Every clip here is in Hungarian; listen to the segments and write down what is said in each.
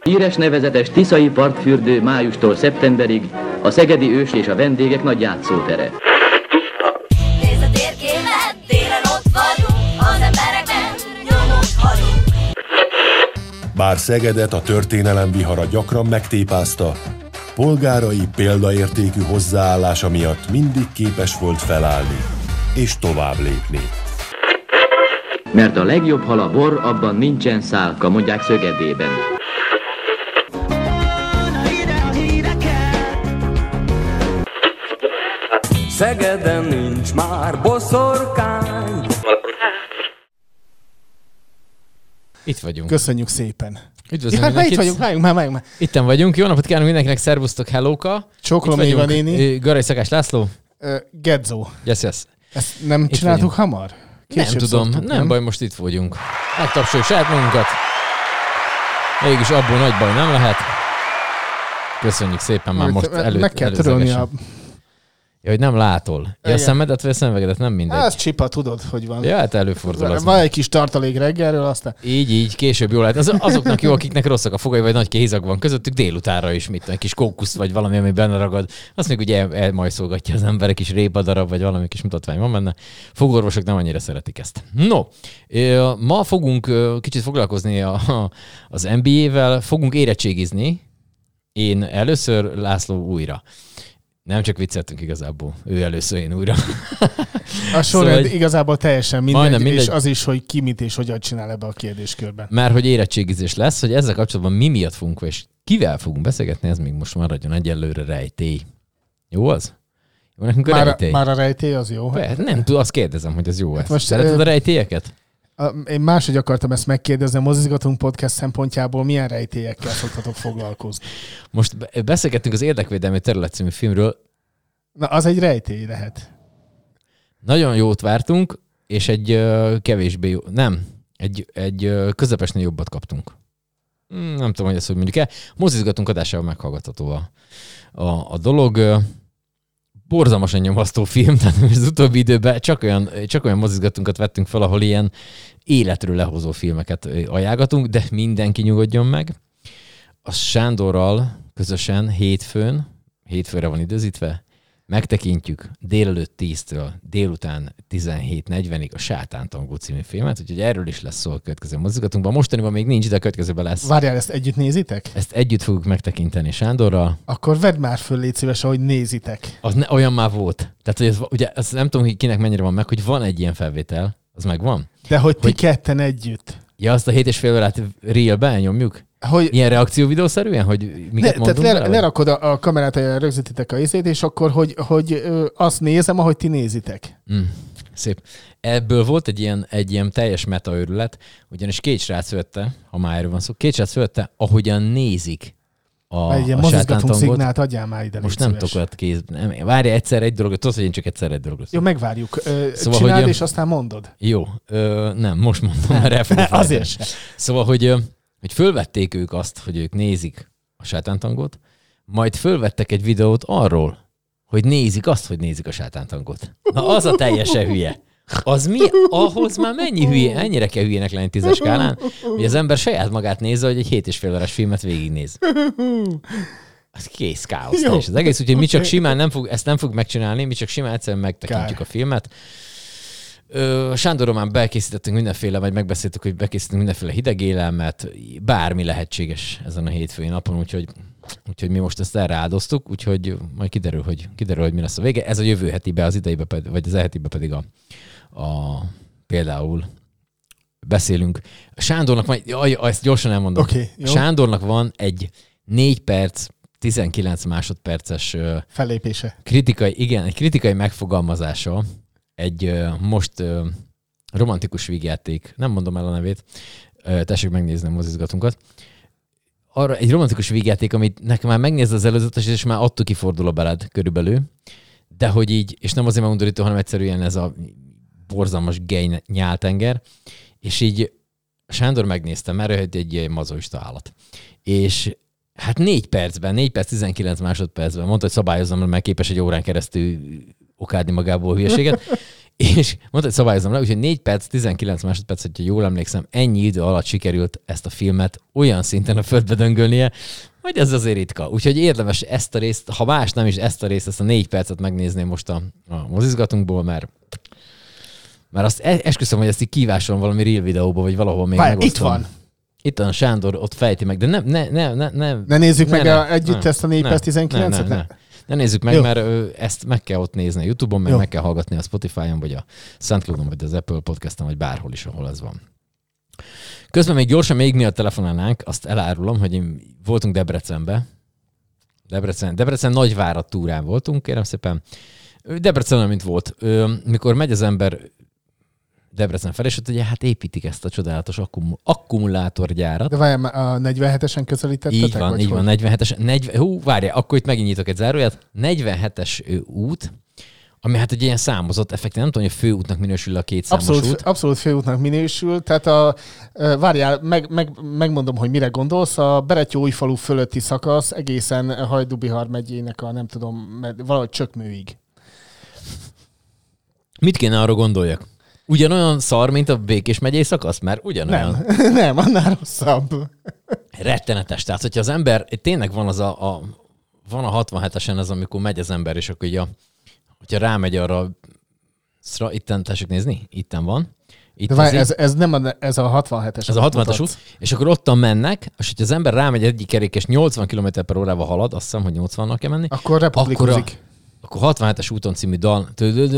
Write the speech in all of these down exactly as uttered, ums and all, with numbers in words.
Híres nevezetes tiszai partfürdő májustól szeptemberig a szegedi ős és a vendégek nagy játszótere. Nézd a térképet, télen ott vagyunk, az embereknek nyomot hagyunk. Bár Szegedet a történelem vihara gyakran megtépázta, polgárai példaértékű hozzáállása miatt mindig képes volt felállni és tovább lépni. Mert a legjobb hal a bor, abban nincsen szálka, mondják Szögedében. Szegeden nincs már boszorkány. Itt vagyunk. Köszönjük szépen. Üdvözlünk ja, mindenkit. Itt vagyunk, váljunk már, váljunk már. Itten vagyunk. Jó napot kívánunk mindenkinek, szervusztok, hellóka. Csoklom Éva néni. Garai Szakás László. Uh, Gedzó. Yes, yes. Ezt nem itt csináltuk vagyunk. hamar? Később nem tudom, szoktuk, nem, nem baj, most itt vagyunk. Megtapsoljuk saját magunkat. Mégis abból nagy baj nem lehet. Köszönjük szépen, már most előtt. Meg kell törölni a... Ja, hogy nem látol. Ja, a szemedet vagy a szemüvegedet, nem mindegy. Ez csipa, tudod, hogy van. Ja, hát előfordul az. Van egy kis tartalék reggelről, aztán... Így, így, később jól lehet. Az, azoknak jó, akiknek rosszak a fogai, vagy nagy kézag van közöttük, délutánra is, mit egy kis kókusz, vagy valami, ami benne ragad. Azt még ugye el, elmajszolgatja az ember, egy kis répadarab, vagy valami kis mutatvány van benne. Fogorvosok nem annyira szeretik ezt. No, ma fogunk kicsit foglalkozni a, az en bé á-vel, fogunk érettségizni. Én először, László újra. Nem csak vicceltünk igazából. Ő először, én újra. A sorrend szóval, igazából teljesen mindegy, mindegy, és az is, hogy ki mit és hogyan csinál ebbe a kérdéskörben. Mert hogy érettségizés lesz, hogy ezzel kapcsolatban mi miatt fogunk, és kivel fogunk beszélgetni, ez még most maradjon egyelőre rejtély. Jó az? Jó nekünk a már, rejtély? A, már a rejtély az jó? Hát nem tudom, azt kérdezem, hogy ez jó hát most szereted ö... a rejtélyeket? A, én máshogy akartam ezt megkérdezni, a Mozizgatunk podcast szempontjából milyen rejtélyekkel szoktatok foglalkozni? Most beszélgettünk az Érdekvédelmi Terület című filmről. Na, az egy rejtély lehet. Nagyon jót vártunk, és egy uh, kevésbé jó, nem, egy, egy uh, közepesnél jobbat kaptunk. Hmm, nem tudom, hogy ezt hogy mondjuk el. Mozizgatunk adásával meghallgatható a, a, a dolog. Uh, borzalmasan nyomasztó film, tehát az utóbbi időben csak olyan, csak olyan mozizgatunkat vettünk fel, ahol ilyen életről lehozó filmeket ajánlgatunk, de mindenki nyugodjon meg. A Sándorral közösen hétfőn, hétfőre van időzítve, megtekintjük délelőtt tíztől délután tizenhét negyvenig a Sátántangó című filmet, úgyhogy erről is lesz szó a következő mozizgatunkban. Mostaniban még nincs, de a következőben lesz. Várjál, ezt együtt nézitek? Ezt együtt fogjuk megtekinteni Sándorral. Akkor vedd már föl, légy szíves, ahogy nézitek. Az ne, olyan már volt. Tehát, hogy ez, ugye, azt nem tudom, hogy kinek mennyire van meg, hogy van egy ilyen felvétel, az meg van. De hogy ti hogy... ketten együtt. Ja, azt a hét és fél órát Reel-be elnyomjuk? Hogy... Ilyen reakcióvideószerűen, hogy miket ne, mondunk tehát le, lerakod a, a kamerát, rögzítitek a izét, és akkor, hogy, hogy ö, azt nézem, ahogy ti nézitek. Mm, szép. Ebből volt egy ilyen, egy ilyen teljes metaőrület, ugyanis két srác vette, ha már erről van szó, két srác vette, ahogyan nézik a, egy ilyen a mozizgatunk szignált, adjál már ide. Most nem tudok olyat kézben. Várj egyszer egy dologot, tudod, hogy én csak egyszer egy dologot. Jó, megvárjuk. Ö, szóval, csináld, hogy, és aztán mondod. Jó, ö, nem, most mondom, mert elfogok. Azért sem. Szóval, hogy, hogy fölvették ők azt, hogy ők nézik a Sátántangot, majd fölvettek egy videót arról, hogy nézik azt, hogy nézik a Sátántangot. Na, az a teljesen hülye. Az mi? Ahhoz már mennyi hülye? Ennyire kell hülyének lenni tízes skálán, hogy az ember saját magát nézze, hogy egy hét és fél órás filmet végignéz. Az kész káosz teljes az egész, úgyhogy mi csak simán nem fog, ezt nem fog megcsinálni, mi csak simán egyszerűen megtekintjük a filmet. Ö, Sándorról már bekészítettünk mindenféle, vagy megbeszéltük, hogy bekészítünk mindenféle hideg élelmet, bármi lehetséges ezen a hétfői napon, úgyhogy, úgyhogy mi most ezt erre áldoztuk, úgyhogy majd kiderül, hogy, kiderül, hogy mi lesz a vége. Ez a jövő hetibe, az ideibe, vagy az elhetibe pedig a, a például beszélünk. Sándornak van, jaj, ezt gyorsan elmondom. Okay, Sándornak van egy négy perc, tizenkilenc másodperces fellépése. Kritikai, igen, egy kritikai megfogalmazása, egy uh, most uh, romantikus vígjáték, nem mondom el a nevét, uh, tessék megnézni a mozizgatunkat. Arra egy romantikus vígjáték, amit nekem már megnézd az előzetes, és már attól kifordul a beled körülbelül, de hogy így, és nem azért megundorító, hanem egyszerűen ez a borzalmas gej nyáltenger, és így Sándor megnézte, mert ő egy mazoista állat. És hát négy percben, négy perc, tizenkilenc másodpercben mondta, hogy szabályozom, mert képes egy órán keresztül okádni magából hülyeséget, És mondta, hogy szabályozom le, úgyhogy négy perc, tizenkilenc másodperc, hogyha jól emlékszem, ennyi idő alatt sikerült ezt a filmet olyan szinten a földbe döngölnie, hogy ez azért ritka. Úgyhogy érdemes ezt a részt, ha más nem is ezt a részt, ezt a négy percet megnézném most a, a mozizgatunkból, mert mert azt esküszöm, hogy ezt így kívásolom valami real videóba, vagy valahol még Várj, megosztom. itt van. Itt van Sándor, ott fejti meg, de ne, ne, ne, ne, ne, Ne nézzük ne, meg ne, a, együtt ne, ezt a négy perc tizenkilencet? Ne, ne, ne. ne nézzük meg, Jó. mert ö, ezt meg kell ott nézni a YouTube-on, meg Jó. meg kell hallgatni a Spotify-on, vagy a SoundCloud-on, vagy az Apple Podcast-on, vagy bárhol is, ahol ez van. Közben még gyorsan, még miatt telefonálnánk, azt elárulom, hogy én voltunk Debrecenbe. Debrecen, Debrecen Nagyvárad túrán voltunk, kérem szépen. Debrecen olyan, mint volt. Ö, mikor megy az ember Debrecen felé, és ott ugye hát építik ezt a csodálatos akkum- akkumulátorgyárat. De várjál, a negyvenhetesen közelítettetek? Így van, vagy így hogy? van, negyvenhetes. negyven, hú, várjál, akkor itt megint nyitok egy záróját. negyvenhetes ö, út, ami hát egy ilyen számozott effektív, nem tudom, hogy a főútnak minősül a kétszámos Abszolút, út. abszolút főútnak minősül, tehát a, várjál, meg, meg, megmondom, hogy mire gondolsz, a Berettyóújfalu fölötti szakasz egészen Hajdú-Bihar megyének a nem tudom, med- valahogy Csökmőig. Mit kéne arra gondoljak? Ugyanolyan szar, mint a Békés megyei szakasz? Mert ugyanolyan. Nem, nem, annál rosszabb. Rettenetes. Tehát, hogyha az ember, tényleg van az a, a van a hatvanhetesen az, amikor megy az ember, és akkor így a, hogyha rámegy arra, szra, itten tessék nézni, itten van. Itt De várj, az ez, ez nem a, ez a hatvanhetes. Ez a hatvanhetes út, és akkor ottan mennek, és hogyha az ember rámegy egyik kerék, és nyolcvan kilométer per órával halad, azt hiszem, hogy nyolcvannak kell menni, Akkor republikozik. akkor hatvanhetes úton című dal,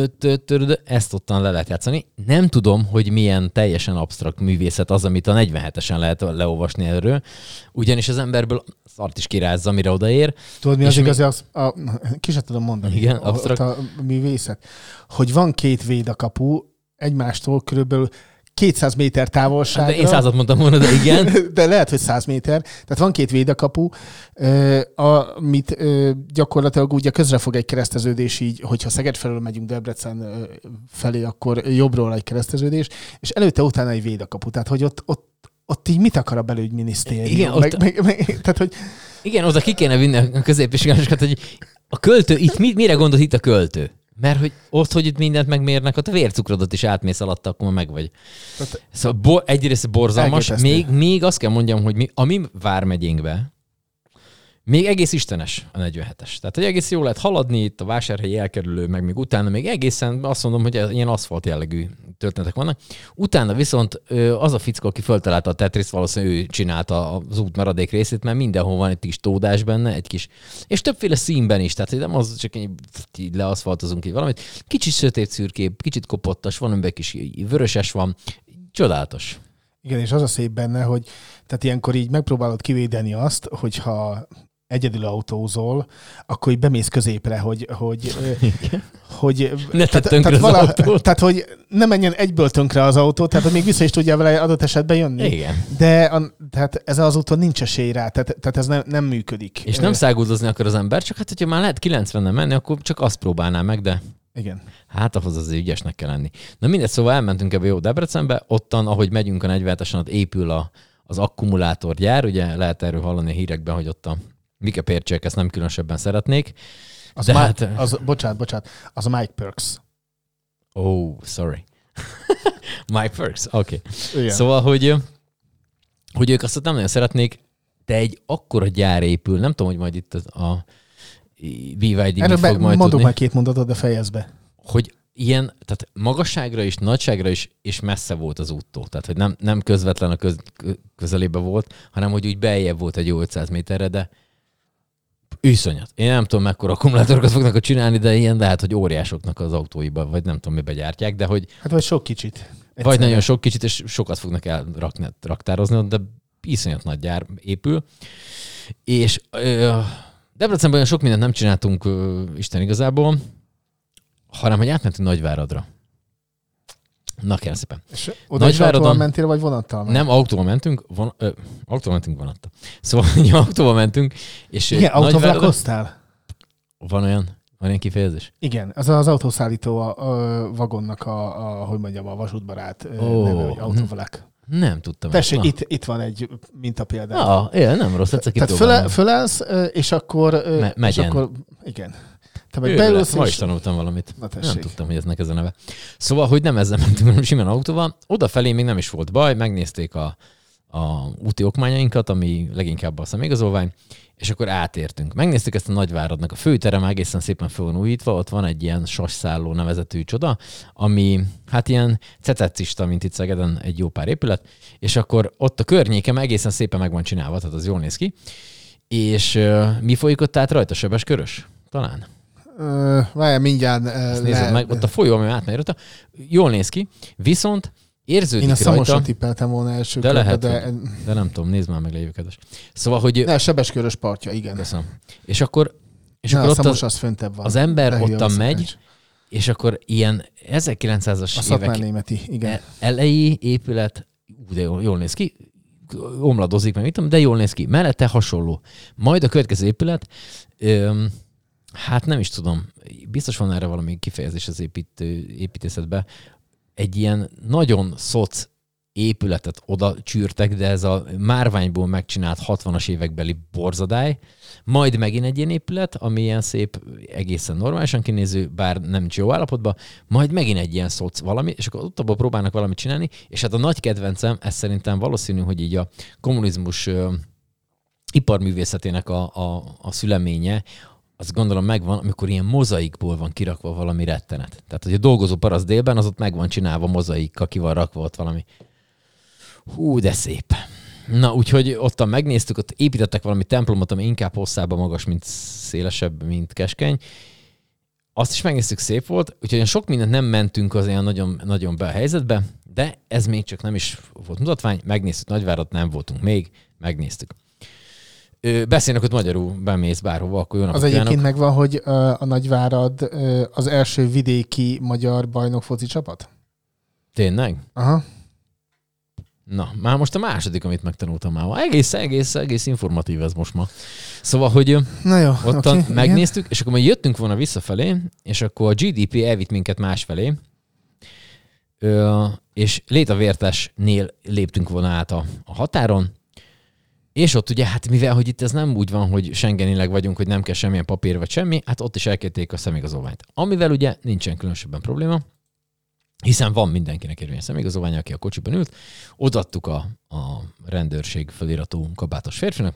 ezt ottan le lehet játszani. Nem tudom, hogy milyen teljesen absztrakt művészet az, amit a negyvenhetesen lehet leolvasni erről, ugyanis az emberből szart is kirázza, mire odaér. Tudod, mi és az mi- igazi, az, a, ki sem tudom mondani. Igen, Ott absztrakt. a művészet. Hogy van két védakapu egymástól körülbelül kétszáz méter távolságra. De én százat mondtam volna, de igen. De lehet, hogy száz méter. Tehát van két védakapu, ö, amit ö, gyakorlatilag ugye közre fog egy kereszteződés így, hogyha Szeged felől megyünk Debrecen ö, felé, akkor jobbról egy kereszteződés, és előtte utána egy védakapu. Tehát, hogy ott, ott, ott így mit akar a belügyminisztérium? Igen, meg, ott- meg, meg, tehát, hogy Igen, oda ki kéne vinni a középiskoláskat, hogy a költő, itt mi, mire gondolt itt a költő? Mert hogy ott, hogy itt mindent megmérnek, ott a vércukrodat is átmész alatt, akkor már meg vagy. Tehát- Szóval bo- egyrészt borzalmas, Elképesztő. még, még azt kell mondjam, hogy mi, a mi vármegyénkbe még egész istenes a negyvenhetes. Tehát, hogy egész jól lehet haladni, itt a vásárhelyi elkerülő, meg még utána még egészen azt mondom, hogy ilyen aszfalt jellegű történetek vannak. Utána viszont ö, az a fickó, aki föltalálta a Tetris, valószínűleg ő csinálta az út maradék részét, mert mindenhol van egy kis tódás benne, egy kis, és többféle színben is, tehát hogy nem az csak így, így leaszfaltozunk így valamit. Kicsit sötét szürkébb, kicsit kopottas, van, amiben kis vöröses van, csodálatos. igen, és az a szép benne, hogy tehát ilyenkor így megpróbálod kivédeni azt, hogyha egyedül autózol, akkor így bemész középre, hogy, hogy, ö, hogy Ne tedd tönkre az autót. tehát, hogy ne menjen egyből tönkre az autó, tehát hogy még vissza is tudjál vele adott esetben jönni. Igen. De a, tehát ez az úton nincs esély rá, tehát, tehát ez nem, nem működik. És nem Ö, száguldozni akar az ember, csak hát, hogyha már lehet kilencvennel menni, akkor csak azt próbálná meg, de Igen. hát ahhoz azért ügyesnek kell lenni. Na mindegy, szóval elmentünk ebbe jó Debrecenbe, ottan, ahogy megyünk a negyvenhetesen, ott épül a, az akkumulátorgyár, ugye lehet erről hallani a hírekben, hogy ott a Mike Pércsék ezt nem különösebben szeretnék. Az, De Ma- hát- az, bocsánat, bocsánat, az a Mike Perks. Oh, sorry. My perks, oké. Okay. Igen. Szóval, hogy, hogy ők azt nem nagyon szeretnék, de egy akkora gyár épül, nem tudom, hogy majd itt a, a bé vé dé Erről mit be, fog majd mondok tudni, már két mondatot, de fejezd be. hogy ilyen, tehát magasságra is, nagyságra is, és messze volt az úttól. Tehát, hogy nem, nem közvetlen a köz, közelébe volt, hanem hogy úgy beljebb volt egy jó ötszáz méterre, de iszonyat. Én nem tudom, mekkora akkumulátorokat fognak ott csinálni, de ilyen lehet, hogy óriásoknak az autóiba, vagy nem tudom, mibe gyártják, de hogy Hát vagy sok kicsit. vagy Egyszerre. nagyon sok kicsit, és sokat fognak elrakni, raktározni, ott, de iszonyat nagy gyár épül. És ö, Debrecenben olyan sok mindent nem csináltunk, ö, Isten igazából, hanem hogy átmentünk Nagyváradra. Na kérem szépen. És oda is Nagyváradon- autóval mentél, vagy vonattal? mentél? Nem, autóval mentünk, von, ö, autóval mentünk vonattal. Szóval hogy autóval mentünk, és Igen, Nagyváradon- autovlakoztál? Van olyan, van ilyen kifejezés? Igen, az az autószállító a, a vagonnak a, a, hogy mondjam, a vasútbarát Ó. oh. neve, hogy autovlak. Nem tudtam. Tessék, ezt. itt, itt van egy mintapéldány. Ah, ja, nem rossz, egyszer Tehát kipróbálom. föle, fölállsz, ö, és akkor... ö, Me- és megyen. akkor igen. Tehát te meg Őrület, beülsz, ma is és... tanultam valamit. Na, Nem tessék. tudtam, hogy eznek ez a neve. Szóval, hogy nem ezzel mentünk, hanem simán autóval. Odafelé még nem is volt baj, megnézték a, a úti okmányainkat, ami leginkább a személyigazolvány, és akkor átértünk. Megnéztük ezt a Nagyváradnak a főterem, egészen szépen föl van újítva, ott van egy ilyen sasszálló nevezetű csoda, ami hát ilyen cececista, mint itt Szegeden egy jó pár épület, és akkor ott a környékem egészen szépen meg van csinálva, tehát az jól néz ki. És uh, mi folyik ott át rajta? Sebeskörös? Talán. Uh, Várjál, mindjárt... Uh, Ezt nézed meg, ott a folyó, ami átmegy rajta. Jól néz ki, viszont érződik Én a rajta... Szamoson tippeltem volna első de körbe, lehet, de... hogy, de nem tudom, nézd már meg, lévő kedves. Szóval, hogy... Ne, Sebeskörös partja, igen. Köszönöm. És akkor, és Ne, akkor a ott Szamos az, az föntebb van. az ember Lehülye ottan a megy, szakács. és akkor ilyen ezerkilencszázas A Szatmár évek németi, igen. e- elejé épület, ú, de jól, jól néz ki, omladozik, meg mit tudom, de jól néz ki. Mellette hasonló. Majd a következő épület, öm, hát nem is tudom, biztos van erre valami kifejezés az építő, építészetben, egy ilyen nagyon szoc épületet oda csűrtek, de ez a márványból megcsinált hatvanas évekbeli borzadály, majd megint egy ilyen épület, ami ilyen szép, egészen normálisan kinéző, bár nem jó állapotban, majd megint egy ilyen szoc valami, és akkor ott abban próbálnak valamit csinálni, és hát a nagy kedvencem, ez szerintem valószínű, hogy így a kommunizmus ö, iparművészetének a, a, a szüleménye, azt gondolom megvan, amikor ilyen mozaikból van kirakva valami rettenet. Tehát, hogy a dolgozó paraszt délben, az ott meg van csinálva mozaikkal, ki van rakva ott valami. Hú, de szép. Na, úgyhogy ottan megnéztük, ott építettek valami templomot, ami inkább hosszában magas, mint szélesebb, mint keskeny. Azt is megnéztük, szép volt, úgyhogy sok mindent nem mentünk az ilyen nagyon, nagyon be a helyzetbe, de ez még csak nem is volt mutatvány. Megnéztük Nagyvárat, nem voltunk még, megnéztük. Ö, beszélnek ott magyarul, bemész bárhova, akkor jó napot Az egyébként kívánok. megvan, hogy ö, a Nagyvárad ö, az első vidéki magyar bajnok foci csapat? Tényleg? Aha. Na, már most a második, amit megtanultam már. Egész, egész, egész informatív ez most ma. Szóval, hogy Na jó, ottan okay, megnéztük, és akkor majd jöttünk volna visszafelé, és akkor a gé dé pé elvitt minket másfelé, Ö, és Létavértesnél léptünk volna át a, a határon, és ott ugye, hát mivel, hogy itt ez nem úgy van, hogy schengenileg vagyunk, hogy nem kell semmilyen papír vagy semmi, hát ott is elkérték a személyigazolványt. Amivel ugye nincsen különösebben probléma, hiszen van mindenkinek érvényes személyigazolványa, aki a kocsiban ült. Odaadtuk a, a rendőrség feliratú kabátos férfinak,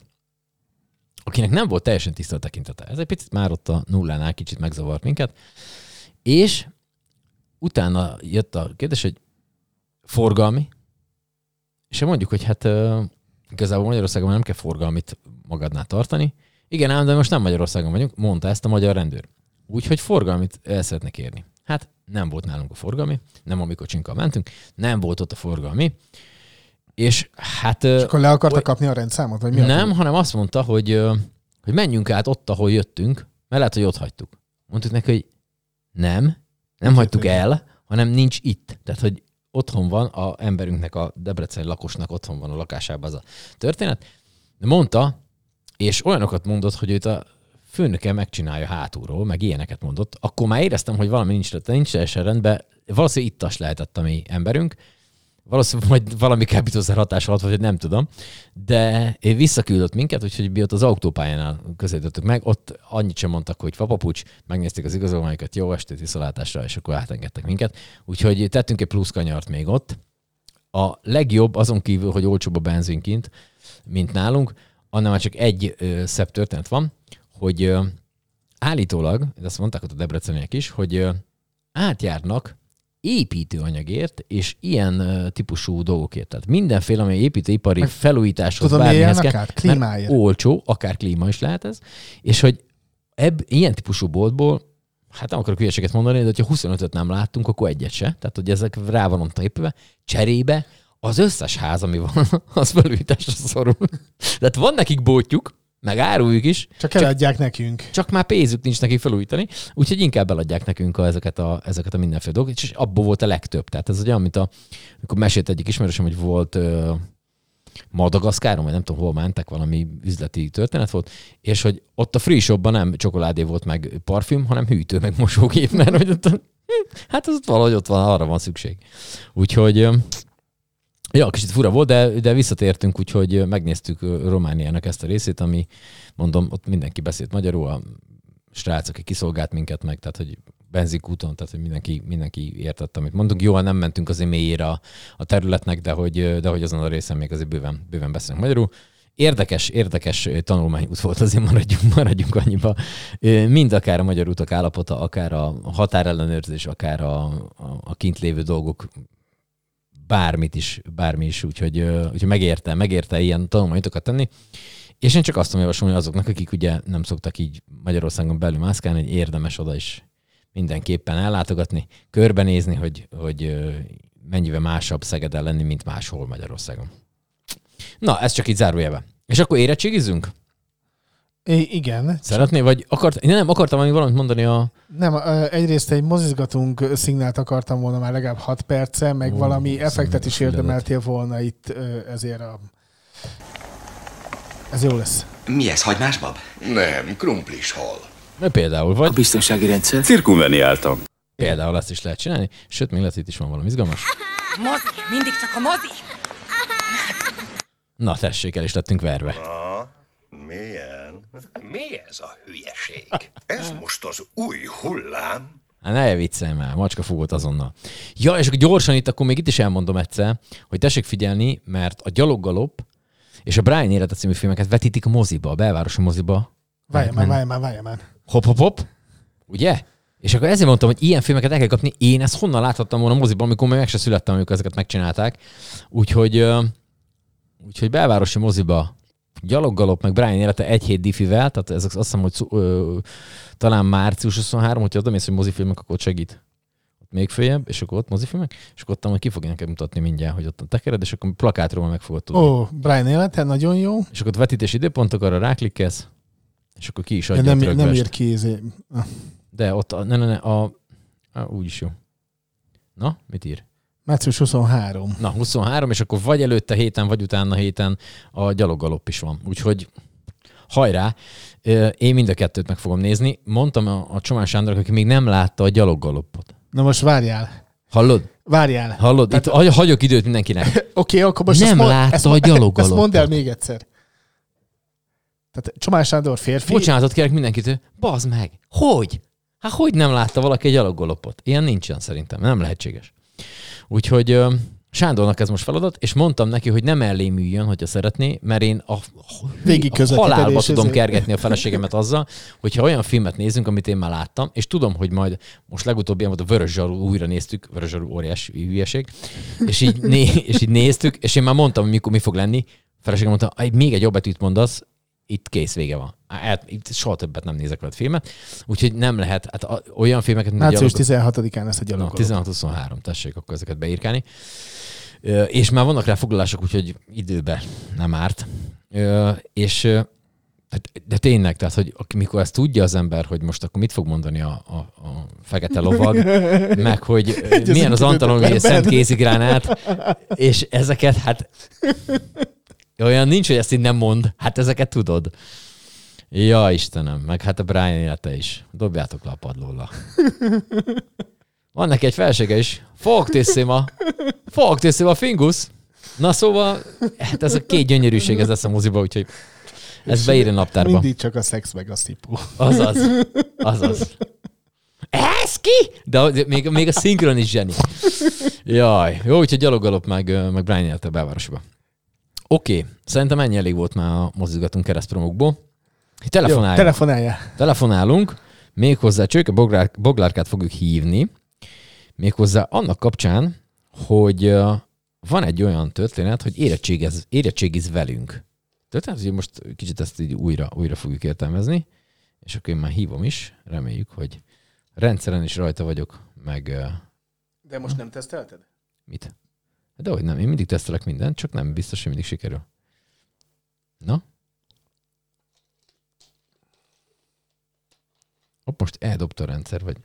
akinek nem volt teljesen tiszta a tekintete. Ez egy picit már ott a nullánál kicsit megzavart minket. És utána jött a kérdés, hogy forgalmi, és mondjuk, hogy hát igazából Magyarországon nem kell forgalmit magadnál tartani. Igen ám, de most nem Magyarországon vagyunk, mondta ezt a magyar rendőr. Úgyhogy forgalmit el szeretnék érni. Hát nem volt nálunk a forgalmi, nem a mi kocsinkkal mentünk, nem volt ott a forgalmi, és hát... És akkor le akarta kapni a rendszámot? Vagy mi nem, a hanem azt mondta, hogy, hogy menjünk át ott, ahol jöttünk, mert lehet, hogy ott hagytuk. Mondtuk neki, hogy nem, nem hagytuk el, hanem nincs itt. Tehát, hogy otthon van a emberünknek, a debreceni lakosnak otthon van a lakásában az a történet. De mondta, és olyanokat mondott, hogy őt a főnöke megcsinálja hátulról, meg ilyeneket mondott, akkor már éreztem, hogy valami nincs, nincs teljesen rendben. Valószínűleg ittas lehetett a mi emberünk. Valószínűleg majd valami kábítószer hatás alatt, vagy nem tudom. De én visszaküldött minket, úgyhogy mi ott az autópályánál közelítettük meg. Ott annyit sem mondtak, hogy fapapucs, megnézték az igazolványokat, jó estét, viszontlátásra, és akkor átengedtek minket. Úgyhogy tettünk egy plusz kanyart még ott. A legjobb, azon kívül, hogy olcsóbb a benzinkint, mint nálunk, annál már csak egy ö, szebb történet van, hogy ö, állítólag, de azt mondták ott a debreceniek is, hogy ö, átjárnak építőanyagért és ilyen ö, típusú dolgokért. Tehát mindenféle, ami építőipari Meg felújításhoz tudom, bármihez miért kell, át? Klímáért. mert olcsó, akár klíma is lehet ez, és hogy ebb, ilyen típusú boltból, hát nem akarok hülyeséget mondani, de hogyha huszonötöt nem láttunk, akkor egyet se. Tehát, hogy ezek rá van ott épülve, cserébe az összes ház, ami van, az felújításra szorul. Tehát van nekik boltjuk, meg áruljuk is. Csak eladják nekünk. Csak már pénzük nincs neki felújítani, úgyhogy inkább eladják nekünk a, ezeket, a, ezeket a mindenféle dolgokat, és abból volt a legtöbb. Tehát ez olyan, mint a, amikor mesélt egyik ismerősöm, hogy volt uh, Madagaszkáron, vagy nem tudom, hol mentek, valami üzleti történet volt, és hogy ott a free shopban nem csokoládé volt meg parfüm, hanem hűtő, meg mosógép, mert hogy ott, hát az ott valahogy ott van, arra van szükség. Úgyhogy ja, kicsit fura volt, de, de visszatértünk, úgyhogy megnéztük Romániának ezt a részét, ami, mondom, ott mindenki beszélt magyarul, a srác, aki kiszolgált minket meg, tehát hogy benzinkúton, tehát hogy mindenki, mindenki értett, amit mondunk. Jó, nem mentünk azért mélyére a, a területnek, de hogy, de hogy azon a részen még azért bőven, bőven beszélünk magyarul. Érdekes, érdekes tanulmányút volt, azért maradjunk, maradjunk annyiba. Mind akár a magyar utak állapota, akár a határellenőrzés, akár a, a, a kint lévő dolgok, bármit is, bármi is, úgyhogy, úgyhogy megérte, megérte ilyen tanulmányutokat tenni. És én csak azt tudom javasolni azoknak, akik ugye nem szoktak így Magyarországon belül mászkálni, hogy érdemes oda is mindenképpen ellátogatni, körbenézni, hogy, hogy mennyivel másabb Szegeden lenni, mint máshol Magyarországon. Na, ez csak így zárójelben. És akkor érettségizünk? I- igen. Szeretnél, vagy akart, nem, akartam valami valamit mondani a... Nem, egyrészt egy mozizgatunk szignált akartam volna már legalább hat perce, meg Ó, valami effektet is füledet. érdemeltél volna itt, ezért a... Ez jó lesz. Mi ez, hagymás bab? Nem, krumplis hal. De például, vagy Biztonsági rendszer. Cirkumveniáltam. például ezt is lehet csinálni, sőt, még lehet, itt is van valami izgalmas. Mozi, mindig csak a mozi. Na, tessék, el is lettünk verve. Milyen? Mi ez a hülyeség? Ez most az új hullám? Hát ne viccelj már, macska fogott azonnal. Ja, és akkor gyorsan itt, akkor még itt is elmondom egyszer, hogy tessék figyelni, mert a Gyaloggalop és a Brian élete című filmeket vetítik a moziba, a belvárosi moziba. Várjál már, várjál már, várjál már. Hop, hop, hop. Ugye? És akkor ezért mondtam, hogy ilyen filmeket el kell kapni. Én ezt honnan láthattam volna a moziban, amikor még meg se születtem, amikor ezeket megcsinálták. Úgyhogy, úgyhogy belvárosi moziba Gyaloggalop, meg Brian élete egy hét diffivel, tehát ez azt hiszem, hogy ö, talán március huszonharmadika, hogyha oda mész, hogy mozifilmek, akkor ott segít. Ott még följebb, és akkor ott mozifilmek, és akkor ott ki fogja neked mutatni mindjárt, hogy ott a tekered, és akkor plakátról meg fogod tudni. Ó, Brian élete, nagyon jó. És akkor ott vetítési időpontok, arra ráklikkelsz, és akkor ki is adja nem, a nem trögvest. ír ki. Ezért. De ott, a, ne, ne, ne, a, a, úgyis jó. Na, mit ír? március huszonharmadika. Na, huszonhárom, és akkor vagy előtte héten, vagy utána héten a Gyaloggalop is van. Úgyhogy hajrá, én mind a kettőt meg fogom nézni. Mondtam a, a Csomán Sándornak, aki még nem látta a Gyaloggalopot. Na most várjál. Hallod? Várjál. Hallod? Tehát... Itt hagy, hagyok időt mindenkinek. Oké, okay, akkor most nem ezt, látta ezt, a Gyaloggalopot. Ezt mondd el még egyszer. Tehát Csomán Sándor férfi. Bocsánatot kérek mindenkitől. Bazd meg! Hogy? Hát hogy nem látta valaki egy Gyaloggalopot? Ilyen nincsen szerintem. Nem lehetséges. Úgyhogy uh, Sándornak ez most feladat, és mondtam neki, hogy nem mellém üljön, hogyha szeretné, mert én a, a halálba tudom kergetni a feleségemet azzal, hogyha olyan filmet nézünk, amit én már láttam, és tudom, hogy majd most legutóbb ilyen volt a Vörös Zsaru, újra néztük, Vörös Zsaru óriási hülyeség, és így, né, és így néztük, és én már mondtam, hogy mikor mi fog lenni. A feleségem mondta, még egy jobb betűt mondasz, itt kész, vége van. Hát, itt soha többet nem nézek veled filmet, úgyhogy nem lehet, hát olyan filmeket, mint március tizenhatodikán lesz a Gyaloggalop. tizenhat huszonhárom, tessék akkor ezeket beírkálni. És már vannak rá foglalások, úgyhogy időben nem árt. És de tényleg, tehát, hogy mikor ezt tudja az ember, hogy most akkor mit fog mondani a, a, a fekete lovag, meg hogy milyen az Antalon Szent Kézigránát, és ezeket, hát olyan nincs, hogy ezt így nem mond. Hát ezeket tudod. Ja, Istenem, meg hát a Brian élete is. Dobjátok le a padlóra. Van neki egy felsége is. Fogtészima. Fogtészima fingus. Na szóval, hát ez a két gyönyörűség, ez lesz a moziba, úgyhogy ez beír a naptárba. Mindig csak a szex meg a szipó. Azaz. Azaz. Ez ki? De még, még a szinkron is zseni. Jaj. Jó, úgyhogy Gyaloggalop meg, meg Brian élete a belvárosba. Oké, okay. Szerintem ennyi elég volt már a mozizgatunk keresztpromokból. Telefonálunk. Jó, telefonálja. Telefonálunk, méghozzá Csőke Boglár, Boglárkát fogjuk hívni, méghozzá annak kapcsán, hogy uh, van egy olyan történet, hogy érettségiz, érettségiz velünk. Történet, hogy most kicsit ezt így újra, újra fogjuk értelmezni, és akkor én már hívom is, reméljük, hogy rendszeren is rajta vagyok, meg... Uh, De most nem tesztelted? Mit? De hogy nem, én mindig tesztelek mindent, csak nem biztos, hogy mindig sikerül. Na? Hopp, most eldobta a rendszer, vagy...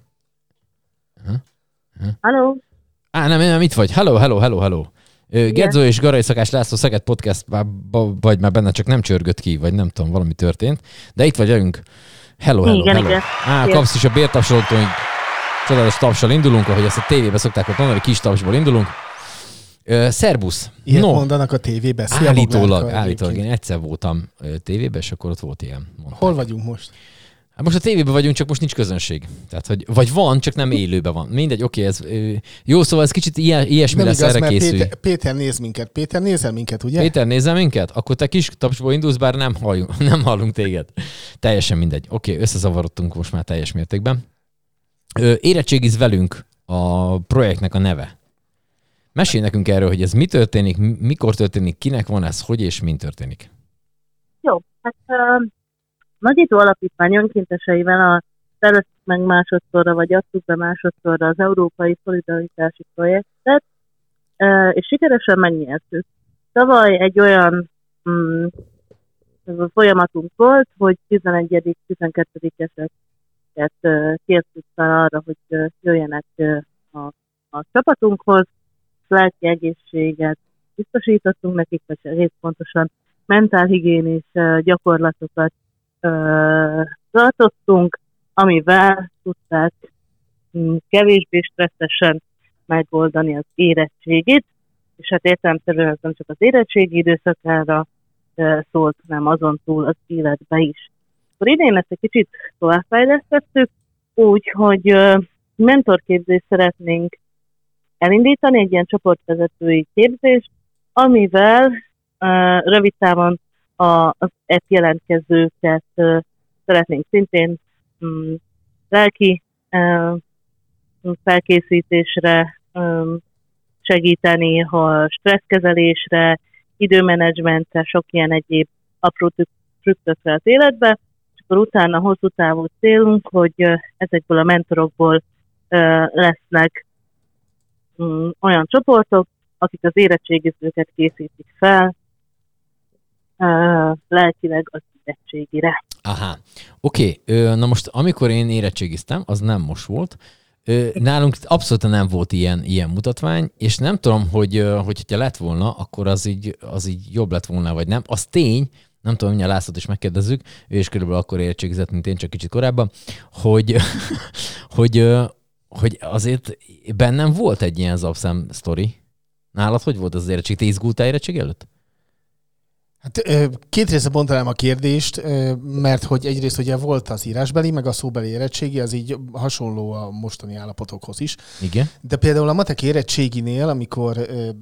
Halló? Á, nem, nem, itt vagy. Hello, hello, hello, hello. Gedzó és Garai Szakás László Szeged Podcast, vagy már benne csak nem csörgött ki, vagy nem tudom, valami történt. De itt vagy velünk. Hello, hello, igen, hello. Igen. Á, kapsz is a bértapsolótól, hogy csodálatos tapsal indulunk, ahogy ezt a tévébe szokták ott mondani, kis tapsból indulunk. Uh, szerbusz. Ilyet no. mondanak a tévébe. Szia, állítólag, Boglárka, állítólag. Én egyszer voltam tévébe, és akkor ott volt ilyen. Mondták. Hol vagyunk most? Hát most a tévében vagyunk, csak most nincs közönség. Tehát, hogy, vagy van, csak nem élőben van. Mindegy, oké, ez jó, szóval ez kicsit ilyen, ilyesmi lesz, erre készülj. Péter, Péter néz minket. Péter, nézel minket, ugye? Péter, nézel minket? Akkor te kis tapsból indulsz, bár nem hallunk, nem hallunk téged. Teljesen mindegy. Oké, összezavarodtunk most már teljes mértékben. Érettségiz velünk a projektnek a neve. Mesélj nekünk erről, hogy ez mi történik, mikor történik, kinek van ez, hogy és min történik. Jó, hát uh, Nagyító Alapítvány önkénteseivel a először meg másodszorra, vagy adtuk be másodszorra az Európai Szolidaritási Projektet, uh, és sikeresen megnyertük. Tavaly egy olyan um, folyamatunk volt, hogy tizenegyedik-tizenkettedikeseket uh, kértük fel arra, hogy uh, jöjjenek uh, a, a csapatunkhoz, lelki egészséget biztosítottunk nekik, vagy egész pontosan mentálhigiénés gyakorlatokat uh, tartottunk, amivel tudták um, kevésbé stresszesen megoldani az érettségit, és hát értelemszerűen ez nem csak az érettségi időszakára uh, szólt, hanem azon túl az életbe is. Akkor idén ezt egy kicsit továbbfejlesztettük, úgy, hogy uh, mentorképzést szeretnénk elindítani, egy ilyen csoportvezetői képzést, amivel uh, rövid távon a, az app jelentkezőket uh, szeretnénk szintén um, lelki uh, felkészítésre um, segíteni, ha stresszkezelésre, időmenedzsmentre, sok ilyen egyéb apró trükkökre az életbe, és akkor utána hosszú távú célunk, hogy uh, ezekből a mentorokból uh, lesznek um, olyan csoportok, akik az érettségizőket készítik fel, uh, lelkileg az érettségire. Aha, oké. Okay. Na most, amikor én érettségiztem, az nem most volt, nálunk abszolút nem volt ilyen, ilyen mutatvány, és nem tudom, hogy, hogy hogyha lett volna, akkor az így, az így jobb lett volna, vagy nem. Az tény, nem tudom, mindjárt Lászlót is megkérdezzük, ő is körülbelül akkor érettségizett, mint én, csak kicsit korábban, hogy, hogy, hogy azért bennem volt egy ilyen zapszám sztori. Nálad hogy volt az, az érettség? Te izgultál érettség előtt? Hát két részre bontanám a kérdést, mert hogy egyrészt ugye volt az írásbeli, meg a szóbeli érettségi, az így hasonló a mostani állapotokhoz is. Igen. De például a matek érettséginél, amikor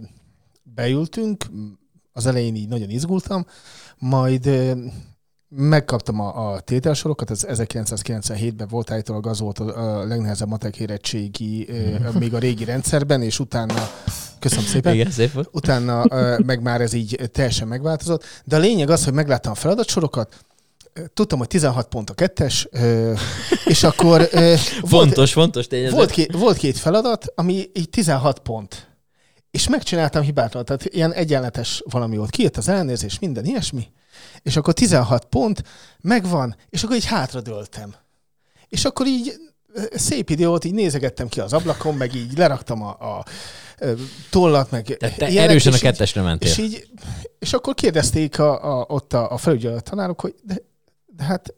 beültünk, az elején így nagyon izgultam, majd megkaptam a, a tételsorokat, az ezerkilencszázkilencvenhétben volt állítólag, az volt a, a legnehezebb matek érettségi még a régi rendszerben, és utána köszönöm szépen. Igen, szép volt. Utána meg már ez így teljesen megváltozott. De a lényeg az, hogy megláttam a feladatsorokat, tudtam, hogy tizenhat pont a kettes, és akkor fontos, volt, fontos tényező. Volt, két, volt két feladat, ami így tizenhat pont. És megcsináltam hibátlan, tehát ilyen egyenletes valami volt. Kijött az ellenőrzés, minden ilyesmi, és akkor tizenhat pont, megvan, és akkor így hátradőltem. És akkor így szép idő volt, így nézegettem ki az ablakon, meg így leraktam a, a tollat, meg tehát te ilyenek, erősen a kettesre mentél. És, így, és akkor kérdezték a, a, ott a, a felügyelő tanárok, hogy de, de hát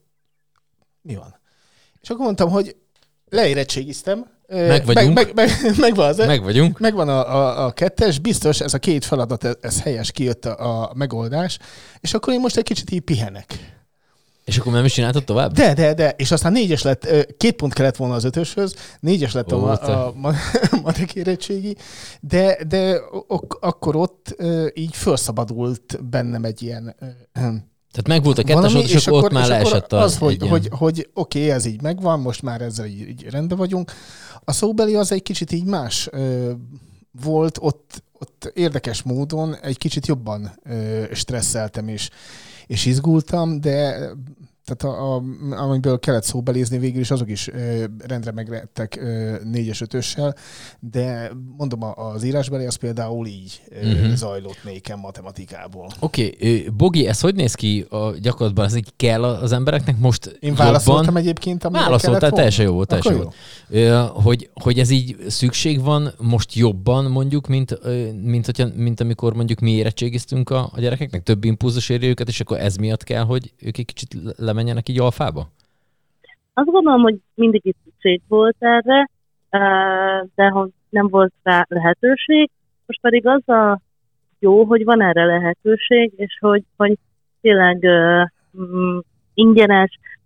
mi van? És akkor mondtam, hogy leérettségiztem, meg vagyunk. Meg, meg, meg, megvan, az, meg vagyunk. Megvan a, a, a kettes, biztos ez a két feladat, ez, ez helyes, kijött a, a megoldás, és akkor én most egy kicsit így pihenek. És akkor nem is csináltad tovább? De, de, de. És aztán négyes lett, két pont kellett volna az ötöshöz, négyes lett Ó, a, a, a matek érettségi, de, de ok, akkor ott így felszabadult bennem egy ilyen... Tehát meg volt a kettes, valami, és, és akkor ott már leesett az, az, hogy, hogy, hogy oké, okay, ez így megvan, most már ezzel így, így rendben vagyunk. A szóbeli az egy kicsit így más ö, volt, ott, ott érdekes módon egy kicsit jobban ö, stresszeltem és, és izgultam, de tehát a, a, amiből kellett szóbelizni, végül is azok is ö, rendre meglettek négyes ötössel, de mondom, az írásbeli az például így ö, uh-huh. zajlott nékem matematikából. Oké, okay. Bogi, ez hogy néz ki a gyakorlatban? Ez így kell az embereknek most Én válaszoltam jobban? Egyébként, amire válaszoltál, teljesen jó volt, teljesen jó volt. Jó. Hogy, hogy ez így szükség van most jobban mondjuk, mint, mint, hogyha, mint amikor mondjuk mi érettségiztünk a, a gyerekeknek? Több impulzus éri őket, és akkor ez miatt kell, hogy ők egy kicsit lemenjenek így alfába? Azt gondolom, hogy mindig is szükség volt erre, de hogy nem volt rá lehetőség. Most pedig az a jó, hogy van erre lehetőség, és hogy, hogy tényleg uh, ingyenes,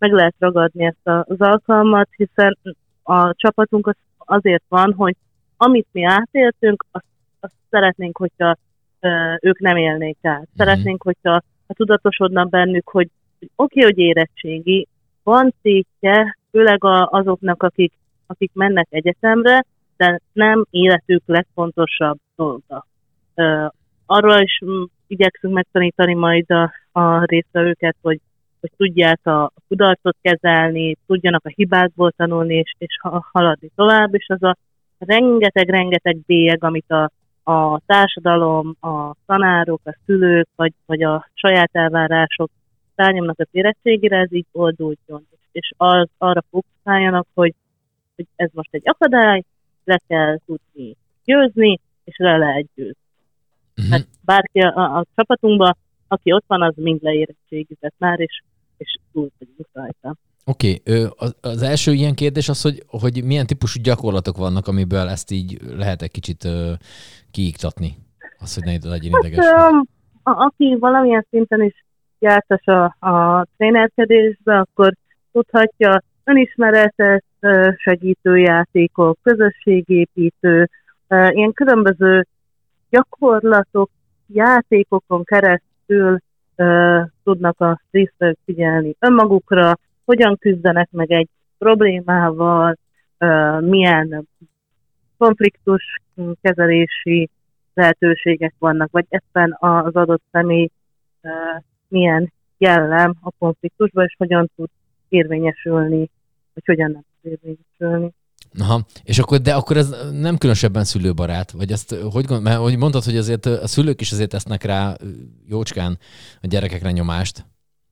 meg lehet ragadni ezt az alkalmat, hiszen a csapatunk az azért van, hogy amit mi átéltünk, azt, azt szeretnénk, hogyha ö, ők nem élnék át. Szeretnénk, hogyha ha tudatosodnak bennük, hogy, hogy oké, okay, hogy érettségi, van tétje, főleg a, azoknak, akik, akik mennek egyetemre, de nem életük legfontosabb dolga. Ö, arról is m, igyekszünk megtanítani majd a, a résztvevőket, hogy, hogy tudják a, a kudarcot kezelni, tudjanak a hibákból tanulni, és, és haladni tovább, és az a rengeteg-rengeteg bélyeg, amit a, a társadalom, a tanárok, a szülők, vagy, vagy a saját elvárások rányomnak az érettségére, ez így oldódjon. És az, arra fókuszáljanak, hogy, hogy ez most egy akadály, le kell tudni győzni, és le lehet győzni. Uh-huh. Hát bárki a, a, a csapatunkban, aki ott van, az mind leérettségizett már, és, és túl vagyunk rajta. Oké, okay. az, az első ilyen kérdés az, hogy, hogy milyen típusú gyakorlatok vannak, amiből ezt így lehet egy kicsit uh, kiiktatni, az, hogy ne legyen ideges. Hát, um, a, aki valamilyen szinten is jártas a, a trénerkedésbe, akkor tudhatja önismeretes segítőjátékok, közösségépítő, ilyen különböző gyakorlatok, játékokon keresztül uh, tudnak a résztvevők figyelni önmagukra, hogyan küzdenek meg egy problémával, uh, milyen konfliktus kezelési lehetőségek vannak, vagy ebben az adott személy uh, milyen jellem a konfliktusban, és hogyan tud érvényesülni, vagy hogyan nem tud érvényesülni. Aha, és akkor, de akkor ez nem különösebben szülőbarát, vagy ezt hogy gond, mert hogy mondtad, hogy azért a szülők is azért tesznek rá jócskán a gyerekekre nyomást.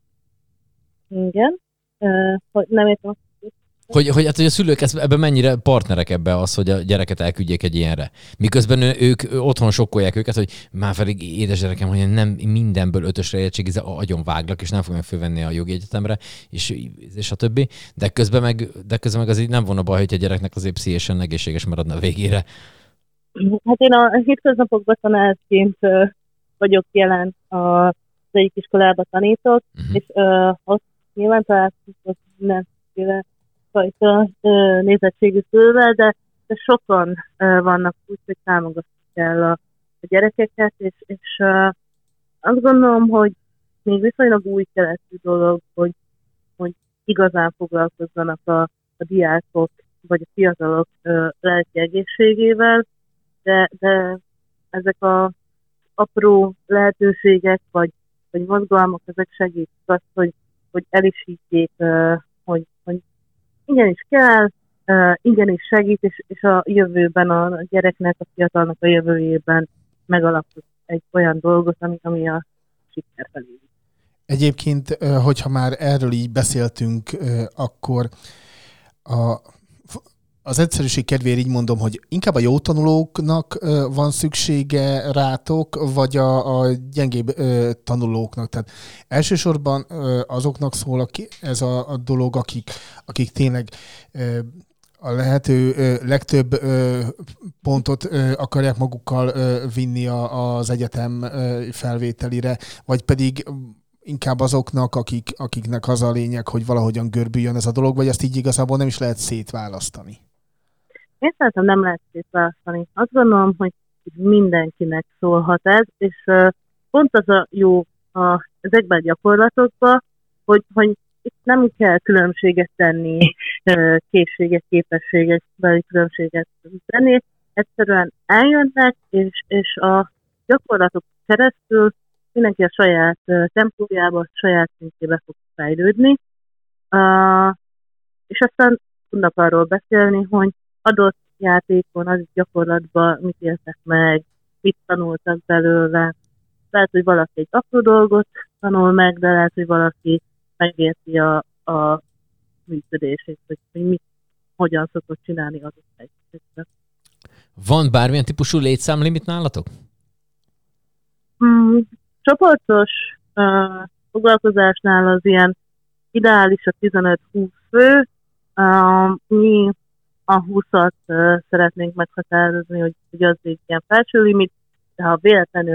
Igen, uh, hogy nem értem. Hogy, hogy, hát, hogy a szülők ebben mennyire partnerek ebbe az, hogy a gyereket elküldjék egy ilyenre. Miközben ők otthon sokkolják őket, hogy már pedig édes gyerekem, hogy nem mindenből ötösre érettségizel, agyon váglak, és nem fogom fölvenni a jogi egyetemre, és, és a többi. De közben meg, de közben meg az így nem volna baj, hogy a gyereknek azért pszichésen egészséges maradna a végére. Hát én a hétköznapokban tanárként vagyok jelen, az egyik iskolába tanítok, uh-huh. és uh, ott nyilván találkozunk mindenféle fajta uh, nézettségű szülővel, de, de sokan uh, vannak úgy, hogy támogatni kell a, a gyerekeket, és, és uh, azt gondolom, hogy még viszonylag új keletű dolog, hogy, hogy igazán foglalkozzanak a, a diákok, vagy a fiatalok uh, lelki egészségével, de, de ezek a apró lehetőségek, vagy, vagy mozgalmak, ezek segítik azt, hogy, hogy el is higgyék, uh, hogy, hogy igenis kell, uh, igenis segít, és, és a jövőben a gyereknek, a fiatalnak a jövőjében megalapoz egy olyan dolgot, ami, ami a siker felé. Egyébként, hogyha már erről így beszéltünk, akkor a, az egyszerűség kedvéért így mondom, hogy inkább a jó tanulóknak van szüksége rátok, vagy a, a gyengébb tanulóknak. Tehát elsősorban azoknak szól ez a, a dolog, akik, akik tényleg a lehető legtöbb pontot akarják magukkal vinni az egyetem felvételire, vagy pedig inkább azoknak, akik, akiknek az a lényeg, hogy valahogyan görbüljön ez a dolog, vagy ezt így igazából nem is lehet szétválasztani? Én szerintem nem lehet szétválasztani. Azt gondolom, hogy mindenkinek szólhat ez, és pont az a jó a, ezekben a gyakorlatokban, hogy, hogy itt nem kell különbséget tenni, készségek, képességek, beli különbséget tenni. Egyszerűen eljönnek, és, és a gyakorlatok keresztül mindenki a saját tempójába, a saját szintjébe fog fejlődni. Uh, és aztán tudnak arról beszélni, hogy adott játékon, az gyakorlatban mit éltek meg, mit tanultak belőle. Lehet, hogy valaki egy apró dolgot tanul meg, de lehet, hogy valaki megérti a, a működését, hogy, hogy mit, hogyan szokott csinálni adott helyzetekben. Van bármilyen típusú létszámlimit nálatok? Mm, csoportos uh, foglalkozásnál az ilyen ideális a tizenöt-húsz fő. Uh, mi a húszat uh, szeretnénk meghatározni, hogy, hogy az egy ilyen felső limit, de ha véletlenül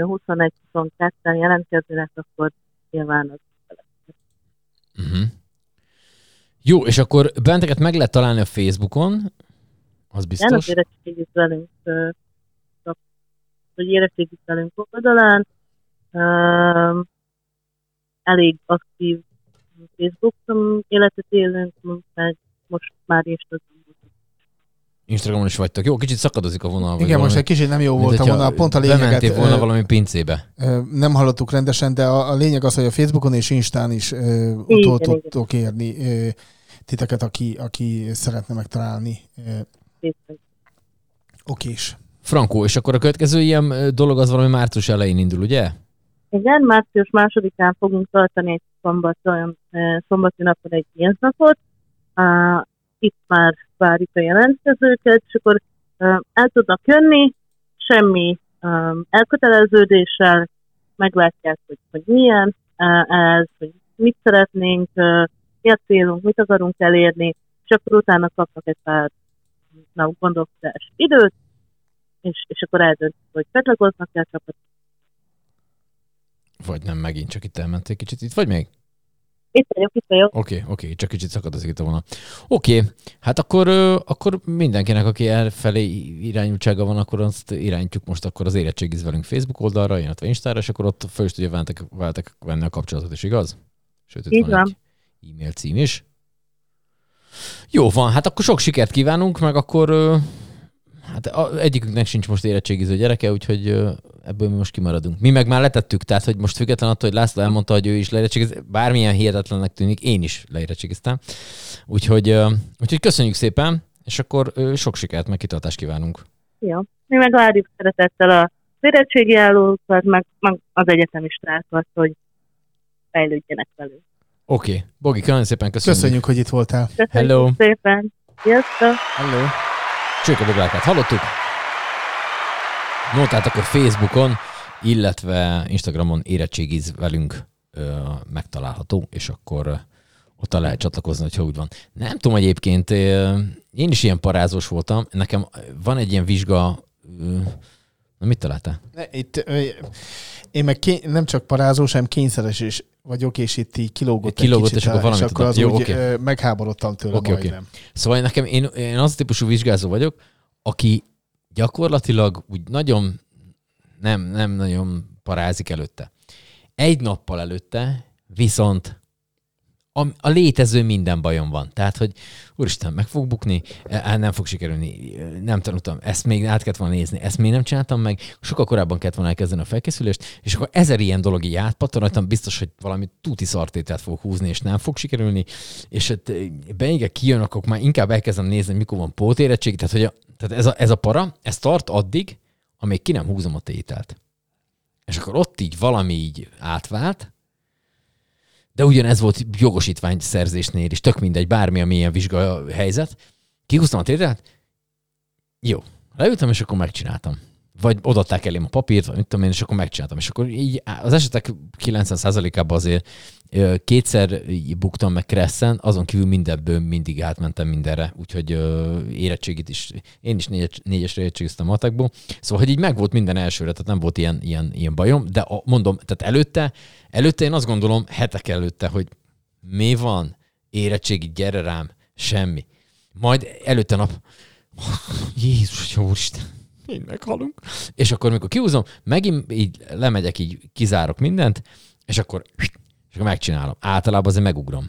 huszonegy-huszonketten jelentkeznének, akkor nyilván az. Uh-huh. Jó, és akkor benteket meg lehet találni a Facebookon, az biztos. Igen, az érettségit velünk, uh, hogy érettségit velünk oldalán. Uh, elég aktív Facebook életet élünk, meg most már Instagramon. Instagramon is vagytok. Jó, kicsit szakadozik a vonal. Igen, most egy kicsit nem jó volt a vonal, pont a lényeget. Bementél volna valami pincébe. Nem hallottuk rendesen, de a, a lényeg az, hogy a Facebookon és Instán is uh, utol tudtok érni uh, titeket, aki, aki szeretne megtalálni. Uh, Okés. Frankó, és akkor a következő ilyen dolog az valami március elején indul, ugye? Igen, március másodikán fogunk tartani egy szombaton, szombati napon egy pénznapot. Uh, itt már várjuk a jelentkezőket, és akkor uh, el tudnak jönni, semmi um, elköteleződéssel, meglátják, hogy, hogy milyen uh, ez, hogy mit szeretnénk, uh, mi a célunk, mit akarunk elérni, és akkor utána kapnak egy pár nap gondolkodás időt, és, és akkor eldöntik, hogy csatlakoznak-e a csapat. Vagy nem, megint csak itt elmentél kicsit. Itt vagy még? Itt vagyok, itt vagyok. Oké, okay, oké, okay, csak kicsit szakadozik itt a vonal. Oké, okay, hát akkor, akkor mindenkinek, aki elfelé irányultsága van, akkor azt irányítjuk most akkor az Érettségiz velünk Facebook oldalra, illetve Instára, és akkor ott föl is tudja váltak, váltak venni a kapcsolatot is, igaz? Sőt, itt van, van egy e-mail cím is. Jó van, hát akkor sok sikert kívánunk, meg akkor hát egyikünknek sincs most érettségiző gyereke, úgyhogy ebből mi most kimaradunk. Mi meg már letettük, tehát hogy most független attól, hogy László elmondta, hogy ő is leérettségiz, bármilyen hihetetlennek tűnik, én is leérettségiztem. Úgyhogy, úgyhogy köszönjük szépen, és akkor sok sikert, meg kitartást kívánunk. Jó. Mi meg várjuk szeretettel a érettségi állókat, meg, meg az egyetemistákat, hogy fejlődjenek velünk. Oké. Okay. Bogi, nagyon szépen köszönjük. Köszönjük, hogy itt voltál. Köszönjük Hello. szépen. Sziasztok. Hello. Csőke Boglákát hallottuk. No, tehát akkor Facebookon, illetve Instagramon érettségiz velünk ö, megtalálható, és akkor ö, ott lehet csatlakozni, hogyha úgy van. Nem tudom egyébként, ö, én is ilyen parázós voltam. Nekem van egy ilyen vizsga... Ö, na, mit találtál? Itt, ö, én meg ké, nem csak parázós, hanem kényszeres is vagyok, és itt így kilógott, kilógott egy kicsit, és akkor, valamit és akkor az jó, úgy okay. megháborodtam tőle okay, majdnem. Okay. Szóval nekem, én, én az a típusú vizsgázó vagyok, aki gyakorlatilag úgy nagyon, nem, nem nagyon parázik előtte. Egy nappal előtte viszont a, a létező minden bajom van. Tehát, hogy úristen, meg fog bukni, el nem fog sikerülni, nem tanultam, ezt még át kellett volna nézni, ezt még nem csináltam meg, sokkal korábban kellett volna elkezdeni a felkészülést, és akkor ezer ilyen dolog így átpattan rajtam, biztos, hogy valami tuti szartételt fog húzni, és nem fog sikerülni, és hát beingek kijön, akkor már inkább elkezdem nézni, mikor van pótérettség, tehát, hogy a, tehát ez, a, ez a para, ez tart addig, amíg ki nem húzom a tételt. És akkor ott így valami így átvált, de ugyanez volt jogosítvány szerzésnél is, tök mindegy, bármi, amilyen vizsga helyzet. Kihúztam a tételt, jó, leültem, és akkor megcsináltam. Vagy odaadták elém a papírt, vagy mit tudom én, és akkor megcsináltam. És akkor így az esetek kilencven százalékában azért kétszer buktam meg Kresszen, azon kívül mindenből mindig átmentem mindenre, úgyhogy érettségit is, én is négyes, négyesre érettségiztem matekból. Szóval, hogy így meg volt minden elsőre, tehát nem volt ilyen, ilyen, ilyen bajom, de a, mondom, tehát előtte, előtte én azt gondolom, hetek előtte, hogy mi van, érettségi, gyere rám, semmi. Majd előtte nap, Jézus, jó Isten, én meghalunk. És akkor, amikor kihúzom, megint így lemegyek, így kizárok mindent, és akkor, és akkor megcsinálom. Általában azért megugrom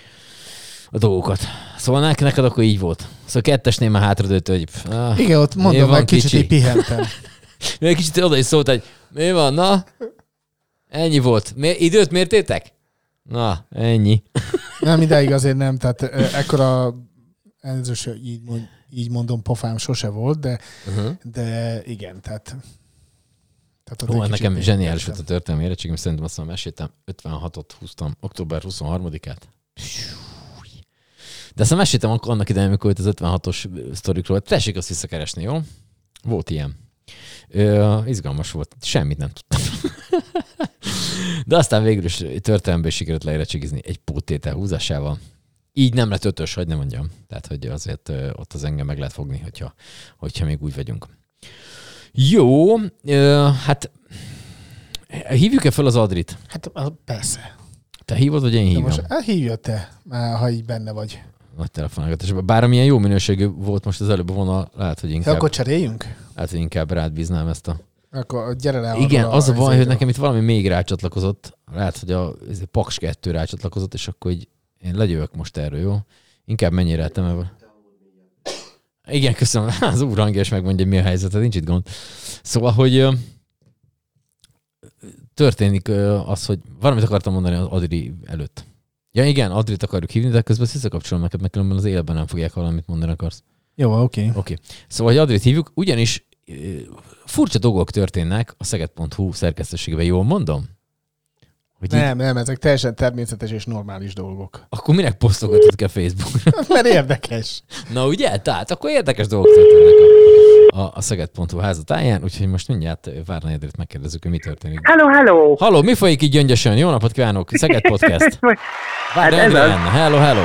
a dolgokat. Szóval neked akkor így volt. Szóval kettesnél már hátradőtt, hogy... Ah, igen, ott mondom, meg kicsit így pihentem. Még kicsit oda is szólt, hogy mi van, na? Ennyi volt. Mi, időt mértétek? Na, ennyi. Nem, idáig azért nem, tehát ekkora, ez így mond, így mondom, pofám sose volt, de, uh-huh. de igen, tehát... tehát Ó, nekem zseniális volt a történelmi érettségem, szerintem azt mondom, meséltem, ötvenhatot húztam, október huszonharmadikát. De azt meséltem annak idején, amikor az ötvenhatos sztorikról, tessék azt visszakeresni, jó? Volt ilyen. Ö, izgalmas volt, semmit nem tudtam. De aztán végül is történelemben sikerült leérettségizni egy póttétel húzásával. Így nem lett ötös, hogy nem mondjam. Tehát, hogy azért ott az engem meg lehet fogni, hogyha, hogyha még úgy vagyunk. Jó, hát hívjuk-e fel az Adrit? Hát persze. Te hívod, vagy én hívom? Most hát hívja te, már, ha így benne vagy. Nagy telefonálgatás. Bár amilyen jó minőségű volt most az előbb a vonal, lehet, hogy inkább... Ja, akkor cseréljünk? Lehet, hogy inkább rád bíznám ezt a... Akkor gyere le. Igen, a, az a baj, a, hogy nekem itt valami még rácsatlakozott. Lehet, hogy a Paks kettő rácsatlakozott, és akkor így én legyövök most erről, jó? Inkább mennyire etemel. Igen, köszönöm. Az úr hangja is megmondja, mi a helyzet, nincs itt gond. Szóval, hogy történik az, hogy valamit akartam mondani az Adri előtt. Ja igen, Adrit akarjuk hívni, de közben visszakapcsolom neked, mert különben az életben nem fogják hallani, amit mondani akarsz. Jó, oké. Okay. Oké. Okay. Szóval, hogy Adrit hívjuk, ugyanis furcsa dolgok történnek a szeged pont hu szerkesztőségében, jól mondom? Hogy nem, így... nem, ezek teljesen természetes és normális dolgok. Akkor minek posztolgatod ki a Facebookra? Mert érdekes. Na ugye? Tehát akkor érdekes dolgok történnek a, a, a szeged pont hu házatáján, úgyhogy most mindjárt Várnai Adrit megkérdezzük, hogy mi történik. Hello, hello! Halló, mi folyik így gyöngyösön? Jó napot kívánok! Szeged Podcast. Várnai Adri lenne. Hello, hello!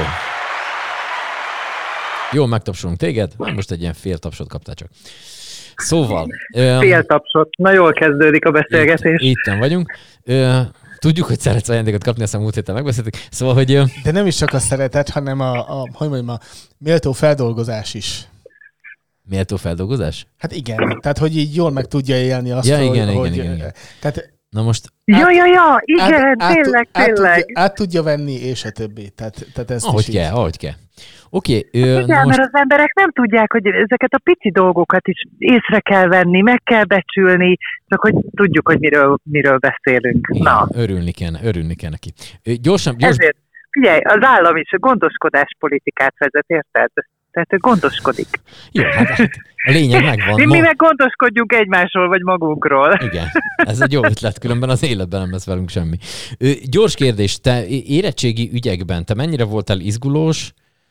Jó, megtapsolunk téged. Most egy ilyen fél tapsot kaptál csak. Szóval... Fél tapsot. Na jól kezdődik a beszélgetés. Itt, itten vagyunk. Ö, tudjuk, hogy szeretsz ajándékot kapni, aztán múlt héten megbeszéltük. Szóval, hogy... De nem is csak a szeretet, hanem a, a, hogy mondjam, a méltó feldolgozás is. Méltó feldolgozás? Hát igen. Tehát, hogy így jól meg tudja élni azt, ja, hogy... igen, igen, hogy, igen, igen. Tehát, na most... Ja, ja, ja, igen, át, tényleg, át, tényleg. Át, át tudja venni, és a többi. Tehát, tehát ezt ahogy is kell, így. ahogy kell. Oké. Okay, igen, most... mert az emberek nem tudják, hogy ezeket a pici dolgokat is észre kell venni, meg kell becsülni, csak hogy tudjuk, hogy miről, miről beszélünk. Igen, na. Örülni kell, örülni kell neki. Gyorsan, gyors... Ezért, figyelj, az állam is gondoskodáspolitikát vezet, érted? Tehát ő gondoskodik. Jó, hát a lényeg megvan. Mi, mi meg gondoskodjunk egymásról, vagy magunkról. Igen, ez egy jó ötlet, különben az életben nem lesz velünk semmi. Gyors kérdés, te érettségi ügyekben, te mennyire voltál izgulós?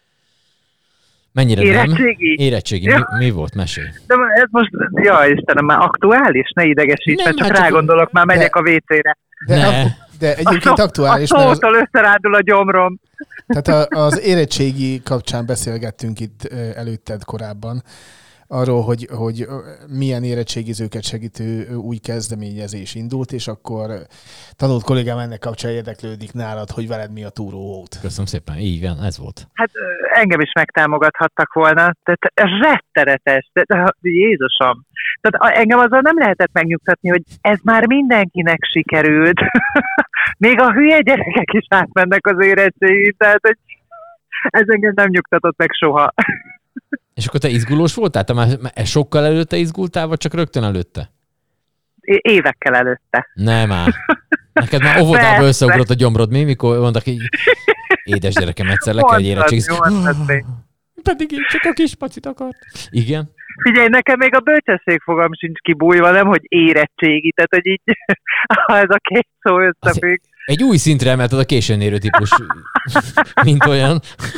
Mennyire Érettségi? nem? Érettségi. Ja. Mi, mi volt? Mesélj. De ez most, ja Istenem, már aktuális? Ne idegesíts, mert csak hát rágondolok, már megyek de, a vécére. De, ne. a, de egyébként a aktuális. A szótól az... összerándul a gyomrom. Tehát a, az érettségi kapcsán beszélgettünk itt előtted korábban, arról, hogy, hogy milyen érettségizőket segítő új kezdeményezés indult, és akkor tanult kollégám ennek kapcsán érdeklődik nálad, hogy veled mi a túróút. Köszönöm szépen, így van, ez volt. Hát engem is megtámogathattak volna, tehát rettenetes, de, Jézusom. Tehát engem azzal nem lehetett megnyugtatni, hogy ez már mindenkinek sikerült. Még a hülye gyerekek is átmennek az érettségig, tehát hogy ez engem nem nyugtatott meg soha. És akkor te izgulós voltál? Te már sokkal előtte izgultál, vagy csak rögtön előtte? Évekkel előtte. Nem már. Neked már óvodában összeugrott a gyomrod, mi? Mikor mondtak így, édes gyerekem, egyszer le kell egy érettségizni. Pedig én csak a kis pacit akart. Igen. Figyelj, nekem még a bölcsességfogam sincs kibújva, nem, hogy érettségi, tehát hogy így, ha ez a két szó összefügg. Egy új szintre emelted a későn érő típus, mint olyan.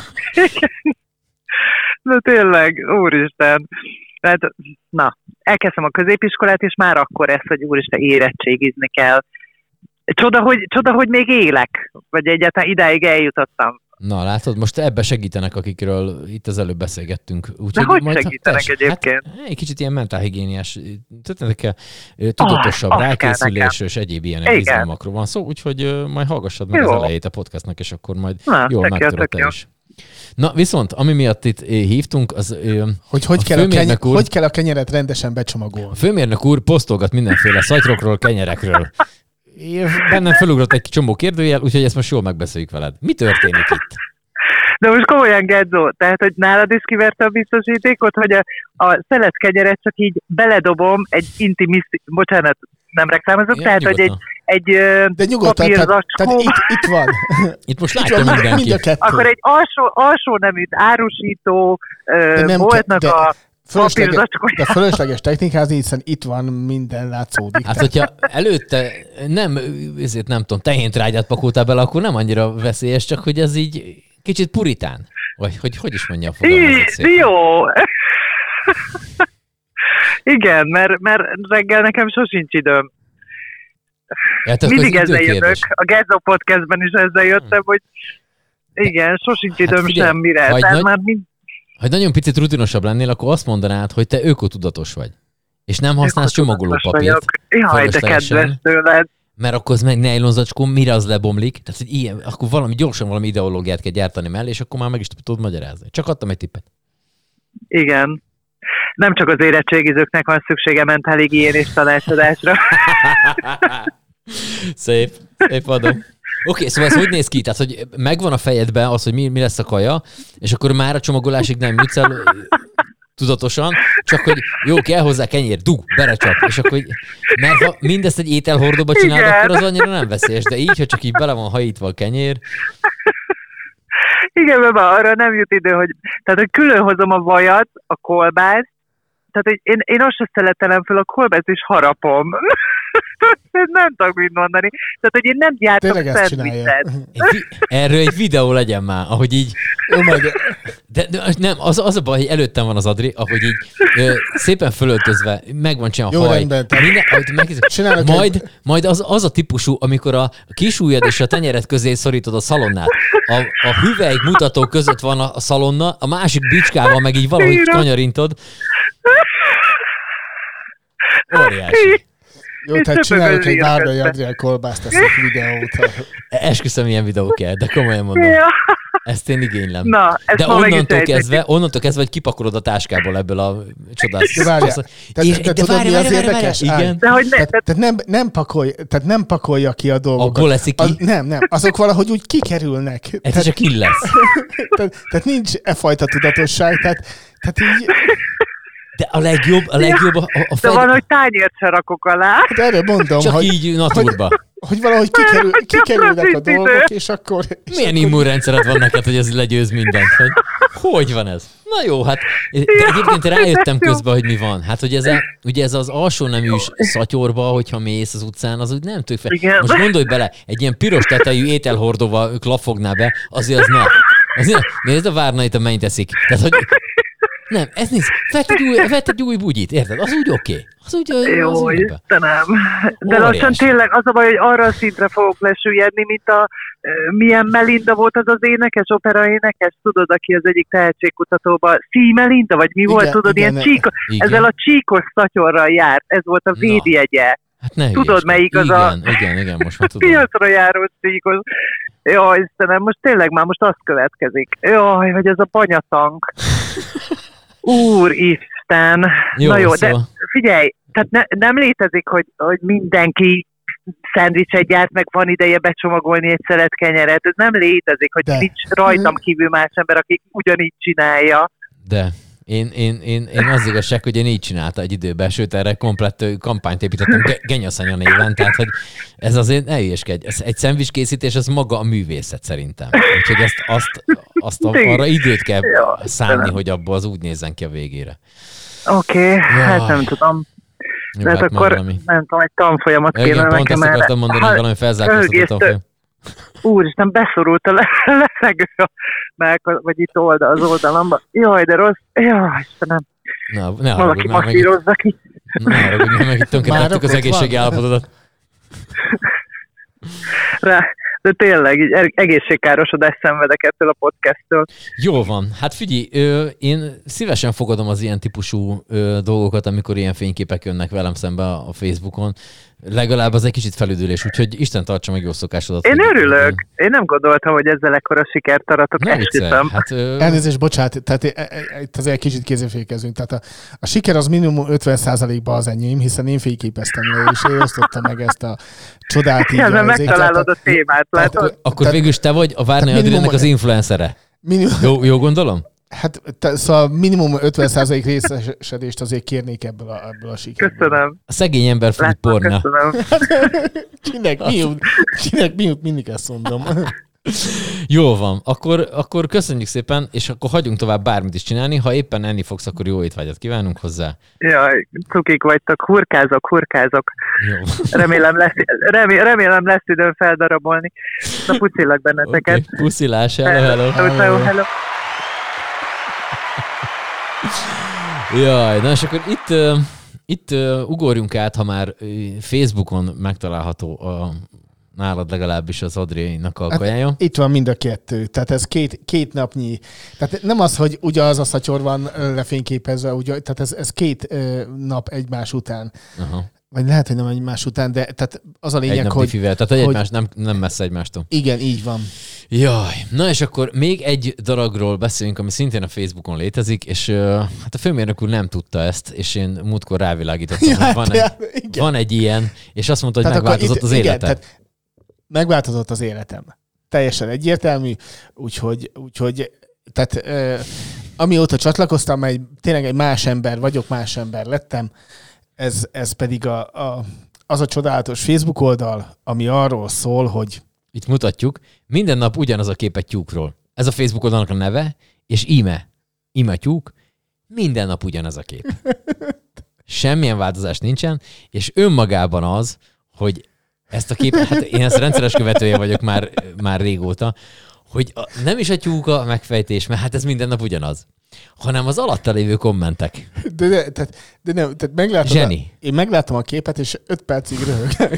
Na tényleg, úristen. Tehát, na, elkezdtem a középiskolát, és már akkor ezt, hogy úristen, érettségizni kell. Csoda, hogy, csoda, hogy még élek, vagy egyáltalán idáig eljutottam. Na, látod, most ebbe segítenek, akikről itt az előbb beszélgettünk. Úgy, de hogy, hogy segítenek tess, egyébként? Hát, egy kicsit ilyen mentálhigiéniás, tudatosabb tudatosabb oh, rákészülésről és egyéb ilyen bizalmakról van szó, úgyhogy uh, majd hallgassad meg jó. Az elejét a podcastnak, és akkor majd na, jól megtudod te is. Na, viszont, ami miatt itt hívtunk, az hogy hogy, a kell a kenyer, úr, hogy kell a kenyeret rendesen becsomagolni. A főmérnök úr posztolgat mindenféle szatyrokról, kenyerekről. Bennem felugrott egy csomó kérdőjel, úgyhogy ezt most jól megbeszéljük veled. Mi történik itt? De most komolyan, Gedzo, tehát, hogy nálad is kiverte a biztosítékot, hogy a, a szelet kenyeret csak így beledobom egy intimiszi... Bocsánat, nem reklámozok, ja, tehát, nyugodtan. hogy egy, egy papírzacskó... Itt, itt van. Itt most látja itt mindenki. Mind a akkor egy alsó, alsó neműt árusító voltnak de... a... Fölösleges, de fölösleges technikázni, hiszen itt van, minden látszódik. Hát, hogyha előtte nem, ezért nem tudom, tehéntrágyát pakoltál bele, akkor nem annyira veszélyes, csak hogy ez így kicsit puritán. Vagy hogy, hogy is mondja a fogalmazat? Jó. Igen, mert, mert reggel nekem sosincs időm. Ja, mindig ezzel jövök. A Gedzo podcastben is ezzel jöttem, hogy igen, sosincs időm hát figyelj, semmire. Tehát nagy... már mind... Ha nagyon picit rutinosabb lennél, akkor azt mondanád, hogy te ökotudatos vagy. És nem használsz csomagolópapírt. Jaj, de kedves tőled. mert akkor az meg nejlonzacskó, mire az lebomlik. Tehát, hogy ilyen, akkor valami gyorsan valami ideológiát kell gyártani mellé, és akkor már meg is tudod magyarázni. Csak adtam egy tippet. Igen. Nem csak az érettségizőknek van szüksége mentálhigiénés tanácsadásra. Szép, szép adom. Oké, okay, szóval ez hogy néz ki? Tehát, hogy megvan a fejedben az, hogy mi, mi lesz a kaja, és akkor már a csomagolásig nem jutsz el tudatosan, csak hogy jó, kell hozzá kenyér, dug, berecsap, és akkor, mert ha mindezt egy ételhordóba csinálod, akkor az annyira nem veszélyes, de így, ha csak így bele van hajítva a kenyér. Igen, mert arra nem jut idő, hogy, tehát, hogy külön hozom a vajat, a kolbászt, tehát hogy én, én azt sem szeletelem fel a kolbászt, és harapom. Nem tudok mit mondani. Tehát, hogy én nem gyártok szendvicset. Erről egy videó legyen már, ahogy így... Oh my God. De, de nem, az, az a baj, hogy előttem van az Adri, ahogy így ö, szépen fölöltözve, meg van csinálva a haj. Minden, megkérdez, majd, egy... majd az, az a típusú, amikor a kisujjad és a tenyered közé szorítod a szalonnát. A, a hüvelyk mutató között van a, a szalonna, a másik bicskával meg így valahogy kanyarintod. Óriási. Jó, tehát csináljuk egy Várnai Adrián kolbászt, teszek videót. Esküszöm, ilyen videó kell, de komolyan mondom. Ja. Ezt én igénylem. Na, ezt de onnantól kezdve, onnantól kezdve, hogy kipakolod a táskából ebből a csodás. De várjál, tehát, de tudod, mi az érdekes? Igen. De hogy ne, tehát, tehát, nem, nem pakolj, tehát nem pakolja ki a dolgokat. Abból leszik ki? Az, nem, nem. Azok valahogy úgy kikerülnek. Ez tehát, csak ki lesz. tehát, tehát nincs e fajta tudatosság, tehát, tehát így... De a legjobb, a legjobb a, a fel... De van, hogy tányért se rakok alá. De erre mondom, csak hogy... így naturba. Hogy, hogy valahogy kikerül, kikerülnek a dolgok, és akkor... És milyen akkor... immunrendszered van neked, hogy ez legyőz mindent? Hogy, hogy van ez? Na jó, hát de egyébként rájöttem közben, hogy mi van. Hát, hogy ez, a, ugye ez az alsó neműs szatyorba, hogyha mész az utcán, az úgy nem tök fel. Most gondolj bele, egy ilyen piros tetejű ételhordóval klafognál be, azért az ne. Azért, nézd a Várnait, a mennyt eszik. Tehát, hogy... Nem, ez nézd, vett egy új, vett egy új bugyit, érted? Az úgy oké. Okay. Az úgy, jó, az úgy Istenem. De lassan tényleg az a baj, hogy arra a szintre fogok lesüllyedni, mint a milyen Melinda volt az az énekes, operaénekes, tudod, aki az egyik tehetségkutatóban, Szí Melinda, vagy mi igen, volt, tudod, igen, ilyen csíkos, ezzel a csíkos szatyorral járt, ez volt a védjegye. Hát ne tudod, melyik igen, az a... Igen, igen, most már tudom. Piacra járó csíkos. Jaj, Istenem, most tényleg már most az következik. Jaj, vagy ez a banyatank. Úristen! Jó, na jó, szóval. De figyelj, tehát ne, nem létezik, hogy, hogy mindenki szendvicset gyárt, meg van ideje becsomagolni egy szelet kenyeret. Ez nem létezik, hogy de. Nincs rajtam kívül más ember, aki ugyanígy csinálja. De én, én, én, én az igazság, hogy én így csinálta egy időben, sőt erre komplett kampányt építettem Genyaszanya néven, tehát hogy ez azért ne hülyeskedj. Egy szendvics készítés, az maga a művészet szerintem. Úgyhogy ezt, azt, azt a, arra időt kell ja, szánni, hogy abból az úgy nézzen ki a végére. Oké, okay, ja. Hát nem tudom. Jó, hát akkor valami. Nem tudom, egy tanfolyamat kéne nekem. Igen, pont ezt akartam mondani, hogy valami felzárkóztató tanfolyam. Úristen, beszorult a levegő a melka, vagy itt oldal, az oldalamba. Jaj, de rossz. Jaj, Istenem. Na, ne valaki masszírozza ki. Ne haragudj, meg itt tönkretettük az egészségi állapotodat. Rá, de tényleg, így egészségkárosodást szenvedek ettől a podcasttől. Jó van. Hát figyelj, ö, én szívesen fogadom az ilyen típusú ö, dolgokat, amikor ilyen fényképek jönnek velem szembe a Facebookon. Legalább az egy kicsit felüdülés, úgyhogy Isten tartsa meg jó szokásodat. Én örülök. Én nem gondoltam, hogy ezzel ekkora sikert aratok. Esküszöm. Hát, ö... Elnézést, bocsánat, tehát itt azért kicsit kézifékezünk. Tehát a, a siker az minimum ötven százalékban az enyém, hiszen én fényképeztem le, és én osztottam meg ezt a csodát. Igen, mert megtalálod a témát, látod? Akkor, akkor végül is te vagy a Várnai Adriánnak az influencere. Minimum... Jó, jó gondolom? Hát te, szóval minimum ötven százalék részesedést azért kérnék ebből a, ebből a sikerben. Köszönöm. A szegény ember fogy porna. Kinek mi jut, kinek mi jut, mindig ezt mondom. Jó van, akkor, akkor köszönjük szépen, és akkor hagyjunk tovább bármit is csinálni. Ha éppen enni fogsz, akkor jó étvágyat kívánunk hozzá. Jaj, cukik vagytok, hurkázok, hurkázok. Jó. Remélem lesz, remé, remélem lesz időm feldarabolni. Na, puszillak benneteket. Okay. Puszilás, hello, hello. Hello, hello, hello. Jaj, na és akkor itt, uh, itt uh, ugorjunk át, ha már uh, Facebookon megtalálható a nálad legalábbis az Adriának a kajája. Hát itt van mind a kettő. Tehát ez két, két napnyi. Tehát nem az, hogy ugyanaz a szatyor van lefényképezve, ugye, tehát ez, ez két uh, nap egymás után. Aha. vagy lehet, hogy nem egymás után, de tehát az a lényeg, egy hogy... Diffivel, tehát hogy egymás nem, nem messze egymástól. Igen, így van. Jaj, na és akkor még egy darabról beszélünk, ami szintén a Facebookon létezik, és uh, hát a főmérnök úr nem tudta ezt, és én múltkor rávilágítottam, ja, hogy van, de, egy, van egy ilyen, és azt mondta, hogy tehát megváltozott itt, az élete. Igen, tehát megváltozott az életem. Teljesen egyértelmű, úgyhogy, úgyhogy tehát uh, amióta csatlakoztam, egy, tényleg egy más ember vagyok, más ember lettem, ez, ez pedig a, a, az a csodálatos Facebook oldal, ami arról szól, hogy itt mutatjuk, minden nap ugyanaz a kép egy tyúkról. Ez a Facebook oldalnak a neve, és íme, íme tyúk, minden nap ugyanaz a kép. Semmilyen változás nincsen, és önmagában az, hogy ezt a képet, hát én ezt rendszeres követője vagyok már, már régóta, hogy a, nem is a tyúk a megfejtés, mert hát ez minden nap ugyanaz, hanem az alatta lévő kommentek. De, de, tehát, de nem, tehát meglátod Zseni. A, én meglátom a képet, és öt percig röhög.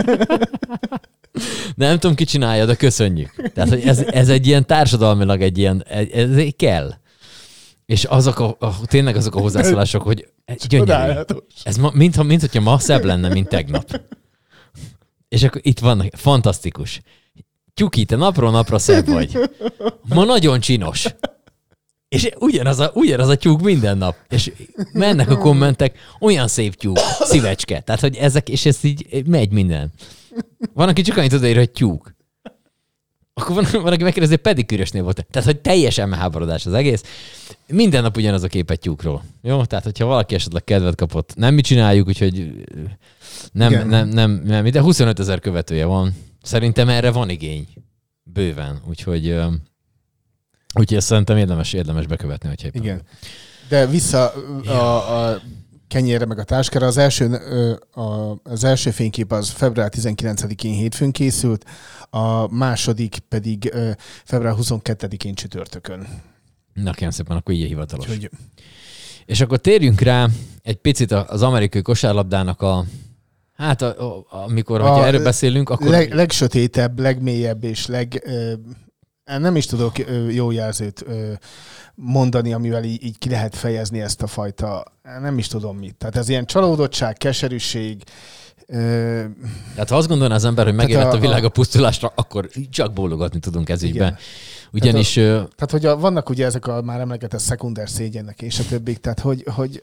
Nem tudom, ki csinálja, de köszönjük. Tehát, hogy ez, ez egy ilyen társadalmilag egy ilyen, ez egy kell. És azok a, a, tényleg azok a hozzászólások, hogy gyönyörű. Ez ma, mintha, mint hogyha ma szebb lenne, mint tegnap. És akkor itt van, fantasztikus. Tyuki, te napról napra szebb vagy. Ma nagyon csinos. És ugyanaz a, ugyanaz a tyúk minden nap. És mennek a kommentek, olyan szép tyúk, szívecske. Tehát, hogy ezek, és ez így megy minden. Van, aki csak annyit odaír, hogy tyúk. Akkor van, van aki megkérdezi, hogy pedikűrösnél volt. Tehát, hogy teljesen háborodás az egész. Minden nap ugyanaz a kép egy tyúkról. Jó? Tehát, hogyha valaki esetleg kedvet kapott, nem mi csináljuk, úgyhogy nem, nem, nem, nem, nem, de huszonöt ezer követője van. Szerintem erre van igény. Bőven. Úgyhogy, úgyhogy ezt szerintem érdemes, érdemes bekövetni, hogyha éppen. Igen. De vissza a, a kenyérre meg a táskára. Az első, a, az első fénykép az február tizenkilencedikén hétfőn készült, a második pedig február huszonkettedikén csütörtökön. Na kérem szépen, akkor így a hivatalos. Úgyhogy... És akkor térjünk rá egy picit az amerikai kosárlabdának a hát a, a, amikor, a hogyha erről beszélünk, akkor... Leg, legsötétebb, legmélyebb és leg... Nem is tudok jó jelzőt mondani, amivel így, így ki lehet fejezni ezt a fajta, nem is tudom mit. Tehát ez ilyen csalódottság, keserűség. Tehát ha azt gondolná az ember, hogy megérett a, a világ a pusztulásra, akkor csak bólogatni tudunk ez ügyben. Ugyanis... Tehát, a, tehát hogy a, vannak ugye ezek a már emlegetett szekunder szégyennek és a többik, tehát hogy, hogy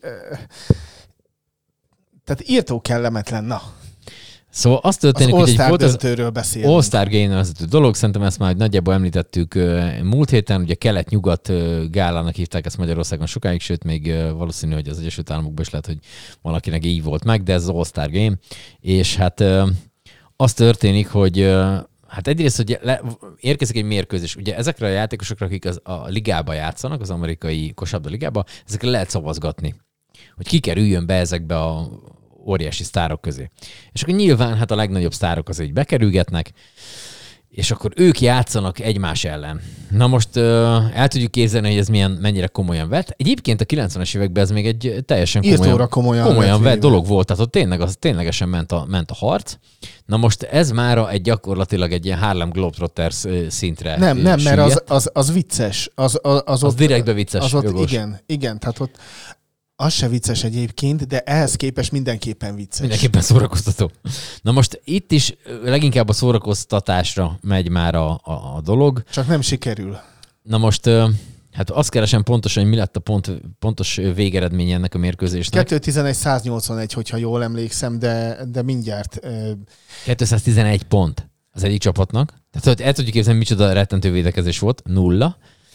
tehát írtó kellemetlen, na. Szóval azt történik, hogy egy volt az All-Star Game nevezetű dolog, szerintem ezt már nagyjából említettük múlt héten, ugye kelet-nyugat gálának hívták ezt Magyarországon sokáig, sőt még valószínű, hogy az Egyesült Államokban is lehet, hogy valakinek így volt meg, de ez az All-Star Game, és hát az történik, hogy hát egyrészt, hogy le, érkezik egy mérkőzés, ugye ezekre a játékosokra, akik az, a ligába játszanak, az amerikai kosárlabda ligába, ezekre lehet szavazgatni, hogy ki kerüljön be ezekbe a óriási sztárok közé. És akkor nyilván hát a legnagyobb sztárok azért így bekerülgetnek, és akkor ők játszanak egymás ellen. Na most uh, el tudjuk képzelni, hogy ez milyen, mennyire komolyan vett. Egyébként a kilencvenes években ez még egy teljesen komolyan, komolyan, komolyan vett dolog volt, tehát ott tényleg, az, ténylegesen ment a, ment a harc. Na most ez mára egy gyakorlatilag egy ilyen Harlem Globetrotters szintre Nem, nem, süllyedt. Mert az, az, az vicces. Az, az, az, az direktbe vicces. Az ott, igen, igen, tehát ott az se vicces egyébként, de ehhez képest mindenképpen vicces. Mindenképpen szórakoztató. Na most itt is leginkább a szórakoztatásra megy már a, a, a dolog. Csak nem sikerül. Na most hát azt keresem pontosan, hogy mi lett a pont, pontos végeredmény ennek a mérkőzésnek. kettő tizenegy száznyolcvanegy, hogyha jól emlékszem, de, de mindjárt. kétszáztizenegy pont az egyik csapatnak. Tehát el tudjuk képzelni, micsoda rettentő védekezés volt. Nulla.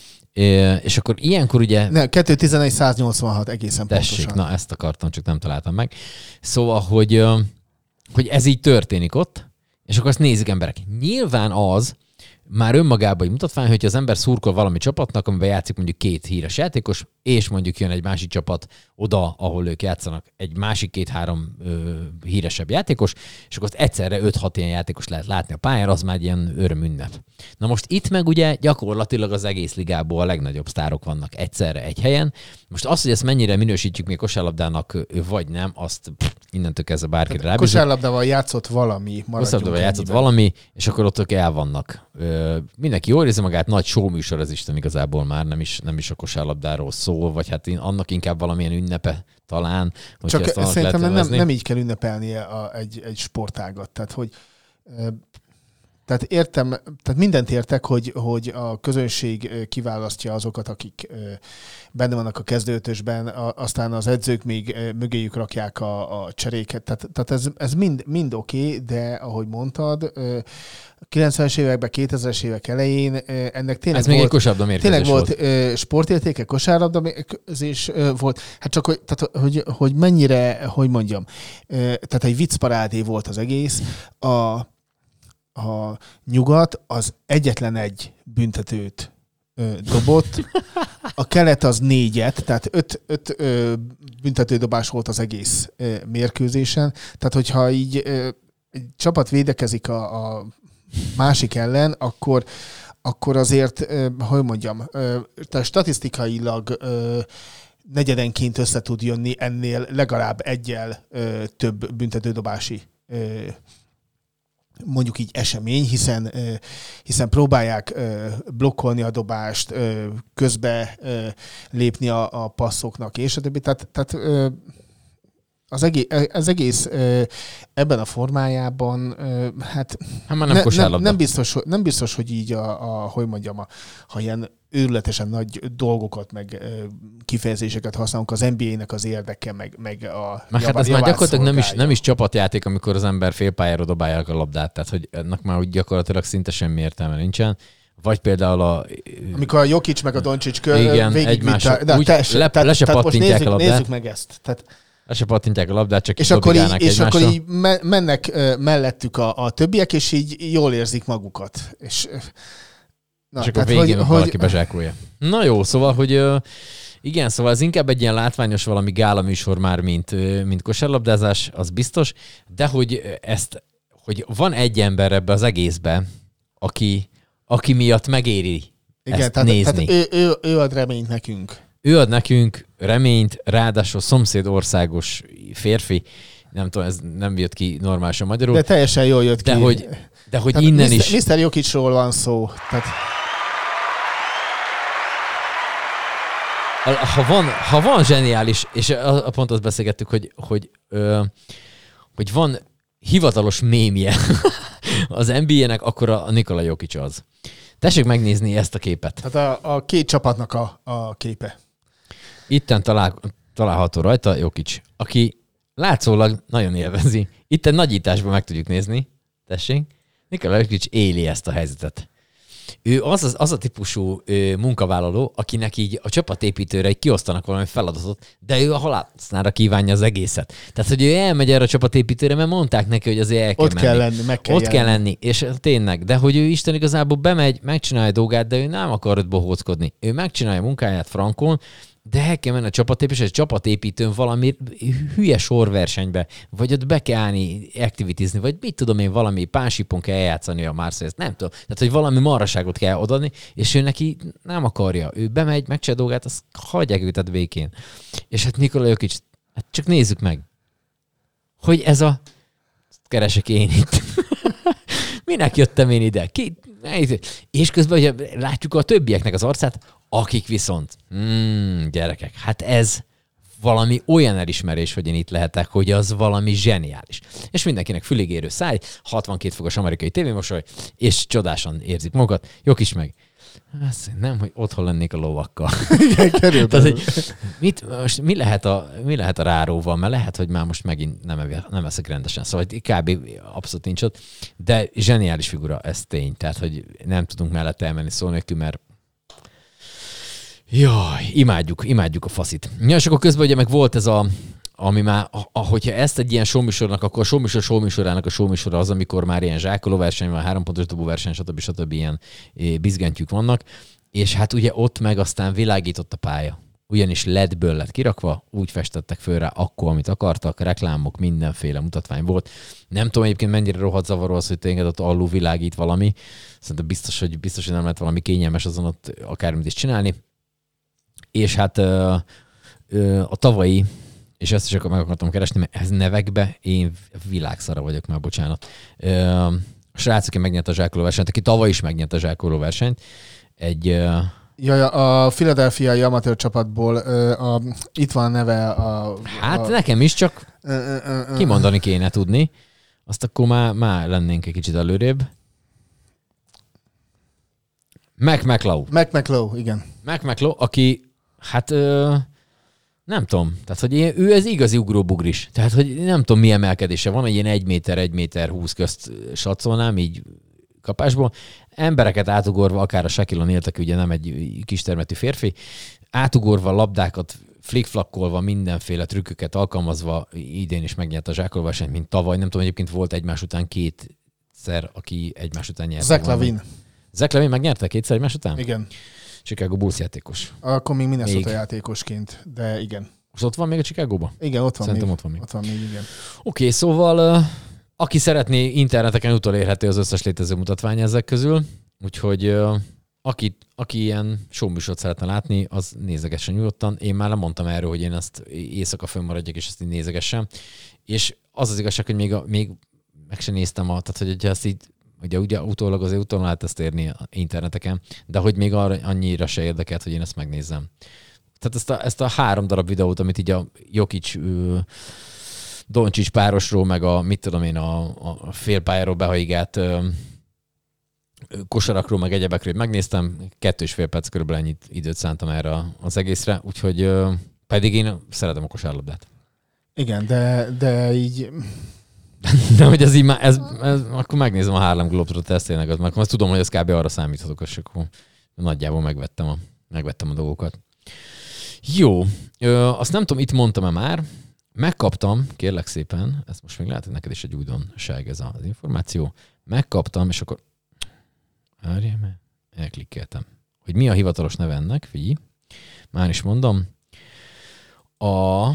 És akkor ilyenkor ugye... Ne, kettő tizenegy száznyolcvanhat egészen tessék, pontosan. Na ezt akartam, csak nem találtam meg. Szóval, hogy, hogy ez így történik ott, és akkor azt nézik emberek. Nyilván az már önmagában mutatvány, hogy az ember szurkol valami csapatnak, amiben játszik mondjuk két híres játékos, és mondjuk jön egy másik csapat oda, ahol ők játszanak, egy másik két-három ö, híresebb játékos, és akkor azt egyszerre öt-hat ilyen játékos lehet látni a pályára, az már ilyen örömünnep. Na most itt meg ugye gyakorlatilag az egész ligából a legnagyobb sztárok vannak egyszerre egy helyen. Most az, hogy ezt mennyire minősítjük még kosárlabdának, vagy nem, azt pff, innentől kezdve bárkire rábízunk. Kosárlabdával játszott valami. Kosárlabdával játszott valami, és akkor ott ők el vannak. Mindenki jól érzi magát, nagy show műsor az Isten igazából már, nem is, nem is a kosárlabdáról szól. szól, vagy hát annak inkább valamilyen ünnepe talán. Csak szerintem nem, nem így kell ünnepelnie a, egy, egy sportágat. Tehát, hogy Tehát értem, tehát mindent értek, hogy, hogy a közönség kiválasztja azokat, akik benne vannak a kezdőötösben, aztán az edzők még mögéjük rakják a, a cseréket. Tehát, tehát ez, ez mind, mind oké, okay, de ahogy mondtad, kilencvenes években, kétezres évek elején ennek tényleg ez volt, még egy kosárlabdamérkőzés tényleg volt. volt sportértéke, kosárlabdamérkőzés volt. Hát csak, hogy, tehát, hogy, hogy mennyire, hogy mondjam, tehát egy viccparádé volt az egész. A A nyugat az egyetlen egy büntetőt ö, dobott, a kelet az négyet, tehát öt, öt ö, büntetődobás volt az egész ö, mérkőzésen. Tehát, hogyha így ö, egy csapat védekezik a, a másik ellen, akkor, akkor azért, ö, hogy mondjam, ö, tehát statisztikailag ö, negyedenként össze tud jönni ennél legalább egyel ö, több büntetődobási ö, mondjuk így esemény, hiszen, hiszen próbálják blokkolni a dobást, közbe lépni a, a passzoknak, és a többi. Tehát, tehát az egész, az egész ebben a formájában, hát, hát már nem, ne, nem, nem, biztos, nem biztos, hogy így a, a hogy mondjam, a, ha ilyen őrületesen nagy dolgokat, meg kifejezéseket használunk, az en bé á-nek az érdeke, meg, meg a Már hát ez már gyakorlatilag nem is, nem is csapatjáték, amikor az ember félpályára dobálják a labdát, tehát hogy ennek már úgy gyakorlatilag szinte semmi értelme nincsen. Vagy például a... Amikor a Jokic meg a Doncic kör igen, végig egymásra, vitál, úgy te, le, le se pattintják nézzük, a labdát. Nézzük meg ezt. Tehát, le se pattintják a labdát, csak és akkor így, és akkor így mennek mellettük a, a többiek, és így jól érzik magukat. És, na, és akkor végén hogy, valaki hogy... bezsákolja. Na jó, szóval, hogy igen, szóval ez inkább egy ilyen látványos valami gála műsor már, mint, mint kosárlabdázás, az biztos, de hogy ezt, hogy van egy ember ebbe az egészbe, aki, aki miatt megéri igen, ezt tehát, nézni. Tehát ő, ő, ő ad reményt nekünk. Ő ad nekünk reményt, ráadásul szomszéd országos férfi, nem tudom, ez nem jött ki normálisan magyarul. De teljesen jól jött de ki. Hogy, de hogy tehát innen mister is... mister Jokicról van szó. Tehát... Ha van, ha van zseniális, és a, a pont azt beszélgettük, hogy, hogy, ö, hogy van hivatalos mémje az en bé á-nek, akkor a Nikola Jokic az. Tessék megnézni ezt a képet. Tehát a, a két csapatnak a, a képe. Itten talál, található rajta Jokic, aki látszólag nagyon élvezi. Itten nagyításban meg tudjuk nézni. Tessék. Nikola Jokic éli ezt a helyzetet. Ő az, az, az a típusú ö, munkavállaló, akinek így a csapatépítőre egy kiosztanak valami feladatot, de ő a halásznára kívánja az egészet. Tehát, hogy ő elmegy erre a csapatépítőre, mert mondták neki, hogy azért el kell Ott menni. kell lenni, meg kell Ott jelenni. kell lenni, és tényleg. De hogy ő Isten igazából bemegy, megcsinálja a dolgát, de ő nem akar ott bohóckodni. Ő megcsinálja a munkáját frankon, de el kell menni a csapatépítőn, és a csapatépítőn valami hülye sorversenybe, vagy ott be kell állni, aktivitizni, vagy mit tudom én, valami pásipon kell eljátszani a Marseille, nem tudom. Tehát, hogy valami marhaságot kell odaadni, és ő neki nem akarja. Ő bemegy, megcsinálja dolgát, azt hagyják őtet békén. És hát Nikola Jokic, hát csak nézzük meg, hogy ez a... Keresek én itt. Minek jöttem én ide? Ki? És közben ugye, látjuk a többieknek az arcát, akik viszont, mm, gyerekek, hát ez valami olyan elismerés, hogy én itt lehetek, hogy az valami zseniális. És mindenkinek füligérő száj, hatvankét fokos amerikai tévémosoly, és csodásan érzik magukat. Jokic meg. Azt nem, hogy otthon lennék a lovakkal. Igen, körülbelül. Tehát, hogy mit, most mi lehet, a, mi lehet a ráróval, mert lehet, hogy már most megint nem, ev- nem eszek rendesen. Szóval kb. Abszolút nincs ott, de zseniális figura, ez tény. Tehát, hogy nem tudunk mellette elmenni szó nélkül, mert jaj, imádjuk, imádjuk a faszit. Ja, és akkor közben ugye meg volt ez a, ami már, ahogyha ezt egy ilyen showműsornak, akkor a showműsor showműsorának a showműsora az, amikor már ilyen zsákolóverseny van, hárompontos dobóverseny, stb. stb. Ilyen bizgentjük vannak, és hát ugye ott meg aztán világított a pálya. Ugyanis el é dből lett kirakva, úgy festettek föl rá akkor, amit akartak, reklámok, mindenféle mutatvány volt. Nem tudom egyébként mennyire rohadt zavaró az, hogy tényleg ott alul világít valami. Szerintem biztos, hogy, biztos, hogy nem lehet valami kényelmes azon ott akármit is csinálni. És hát a tavalyi, és ezt is akkor meg akartam keresni, mert ez nevekbe én világszara vagyok már, bocsánat. A srác, aki megnyerte a zsákolóversenyt, aki tavaly is megnyerte a zsákolóversenyt, egy Ja, a Philadelphiai amatőr csapatból a, a, itt van a neve a... Hát a, nekem is csak a, a, a, kimondani kéne tudni. Azt akkor már, már lennénk egy kicsit előrébb. Mac McClough. Mac McClough, igen. Mac McClough, aki, hát ö, nem tudom, tehát hogy ilyen, ő ez igazi ugróbugris. Tehát, hogy nem tudom, mi emelkedése van, hogy ilyen egy méter, egy méter húsz közt satszolnám, így kapásból. Embereket átugorva, akár a Shaquille O'Neal, aki ugye nem egy kistermetű férfi, átugorva, labdákat flickflakkolva, mindenféle trükköket alkalmazva, idén is megnyert a zsákolversenyt, mint tavaly. Nem tudom, egyébként volt egymás után kétszer, aki egymás után nyert. Zach Lavine. Zach Lavine megnyerte kétszer egymás után? Igen. Chicago Bulls játékos. Akkor még Minnesota játékosként, de igen. Most ott van még a Chicagóban? Igen, ott van Szerintem még. ott van még. Ott van még, igen. Oké, okay, szóval uh, aki szeretné, interneteken utolérhető az összes létező mutatvány ezek közül, úgyhogy uh, aki, aki ilyen showműsort szeretne látni, az nézegessen nyugodtan. Én már nem mondtam erről, hogy én ezt éjszaka fönnmaradjak, és ezt így nézegessem. És az az igazság, hogy még, a, még meg sem néztem, a, tehát hogy ezt így, ugye, ugye utólag azért utólag lehet ezt érni interneteken, de hogy még arra, annyira se érdekelt, hogy én ezt megnézzem. Tehát ezt a, ezt a három darab videót, amit így a Jokic Doncsics párosról, meg a, mit tudom én, a, a félpályáról behajigát kosarakról, meg egyebekről megnéztem, kettő és fél perc körülbelül ennyit időt szántam erre az egészre, úgyhogy pedig én szeretem a kosárlabdát. Igen, de, de így... De hogy ez így már, ez, ez, akkor megnézem a Harlem Globetrotters tényleg, az, mert azt tudom, hogy ez kb. Arra számíthatok, és akkor nagyjából megvettem a, megvettem a dolgokat. Jó, ö, azt nem tudom, itt mondtam-e már, megkaptam, kérlek szépen, ezt most még lehet, hogy neked is egy újdonság ez az információ, megkaptam, és akkor várjál, mert elklikkeltem, hogy mi a hivatalos neve ennek, figyelj, már is mondom, a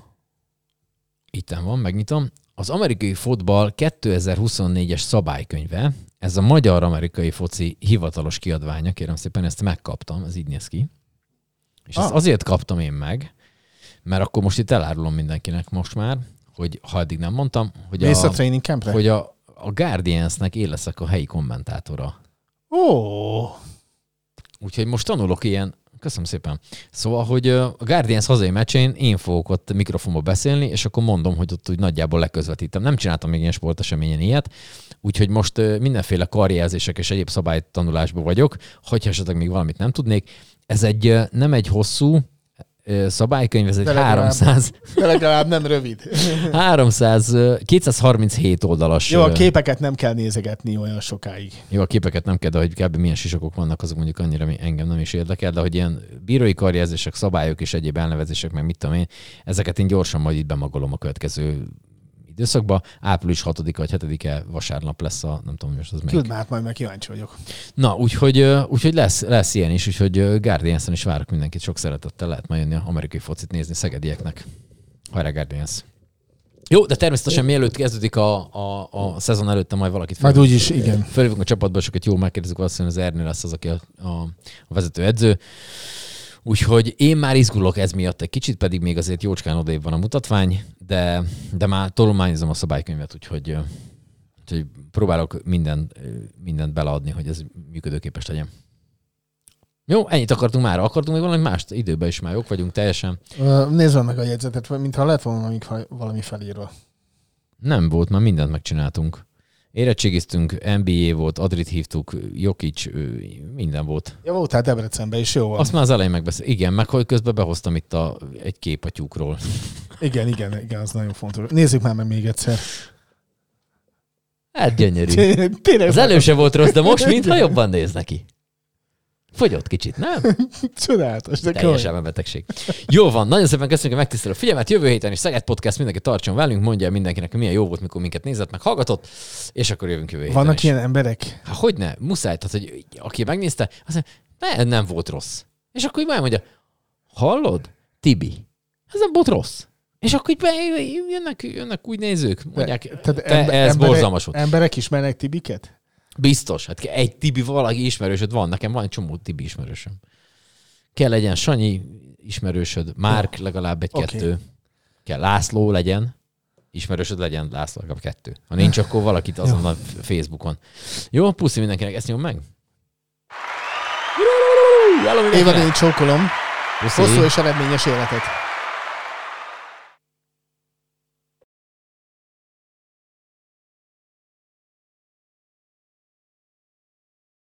itten van, megnyitom, az amerikai fotball kétezer-huszonnégyes szabálykönyve, ez a magyar-amerikai foci hivatalos kiadványa, kérem szépen, ezt megkaptam, ez így néz ki. És ah. ezt azért kaptam én meg, mert akkor most itt elárulom mindenkinek most már, hogy ha eddig nem mondtam, hogy Mész a, a training campre? hogy a, a Guardiansnek én leszek a helyi kommentátora. Ó! Oh. Úgyhogy most tanulok ilyen, köszönöm szépen. Szóval, hogy a Guardians hazai meccsén én fogok ott mikrofonba beszélni, és akkor mondom, hogy ott úgy nagyjából leközvetítem. Nem csináltam még ilyen sporteseményen ilyet, úgyhogy most mindenféle karjelzések és egyéb szabálytanulásban vagyok, hogyha esetleg még valamit nem tudnék. Ez egy nem egy hosszú szabálykönyv, ez egy de legalább, háromszáz... De legalább nem rövid. háromszáz, kétszázharminchét oldalas... Jó, a képeket nem kell nézegetni olyan sokáig. Jó, a képeket nem kell, de hogy kb. Milyen sisakok vannak, azok mondjuk annyira engem nem is érdekel, de hogy ilyen bírói karjelzések, szabályok és egyéb elnevezések, meg mit tudom én, ezeket én gyorsan majd itt bemagolom a következő időszakban. április hatodika vagy hetedike vasárnap lesz a, nem tudom, most az melyik. Küld már, majd meg kíváncsi vagyok. Na, úgyhogy, úgyhogy lesz, lesz ilyen is, úgyhogy Guardiansen is várok mindenkit, sok szeretettel lehet majd jönni az amerikai focit nézni szegedieknek. Hajrá Guardians! Jó, de természetesen mielőtt kezdődik a, a, a szezon előtte majd valakit majd úgyis, igen. Fölvívunk a csapatba, és jól megkérdezzük, valószínűleg az Ernő lesz az, aki a, a, a vezető edző. Úgyhogy én már izgulok ez miatt egy kicsit, pedig még azért jócskán odébb van a mutatvány, de, de már tolományozom a szabálykönyvet, úgyhogy, úgyhogy próbálok minden, mindent beleadni, hogy ez működőképes legyen. Jó, ennyit akartunk már. Akartunk még valami mást? Időben is már jók vagyunk teljesen. Nézd meg a jegyzetet, mintha lett volna valami felírva. Nem volt, már mindent megcsináltunk. Érettségiztünk, en bé á volt, Adrit hívtuk, Jokic, minden volt. Ja, voltál Debrecenben is, jó van. Azt már az elején megbeszél. Igen, meg hogy közben behoztam itt a, egy kép a tyúkról. Igen, igen, igen, az nagyon fontos. Nézzük már meg még egyszer. Hát gyönyörű. Az előse volt rossz, de most mintha jobban néz neki. Fogyott kicsit, nem? Csodálatos. De teljesen a betegség. Jó van, nagyon szépen köszönjük a megtisztelő figyelmet. Jövő héten is Szeged Podcast, mindenki tartson velünk, mondja mindenkinek, hogy milyen jó volt, mikor minket nézett, meg hallgatott, és akkor jövünk jövő héten. Vannak is. ilyen emberek? Hát hogyne, muszáj, tehát, hogy aki megnézte, azt mondja, ne, nem volt rossz. És akkor így mondja, hallod, Tibi, ez nem volt rossz. És akkor így be, jönnek, jönnek úgy nézők, mondják, de, te, ember, ez emberek, borzalmas volt. Emberek ismernek Tibiket? Biztos. Hát egy Tibi valaki ismerősöd van. Nekem van egy csomó Tibi ismerősöm. Kell legyen Sanyi ismerősöd, Márk legalább egy-kettő. Okay. Kell László legyen. Ismerősöd legyen László legalább kettő. Ha nincs, akkor valakit azon a Facebookon. Jó, puszi mindenkinek. Ezt nyom meg. Hello, Évad, én csókolom. Puszi. Hosszú és eredményes életet.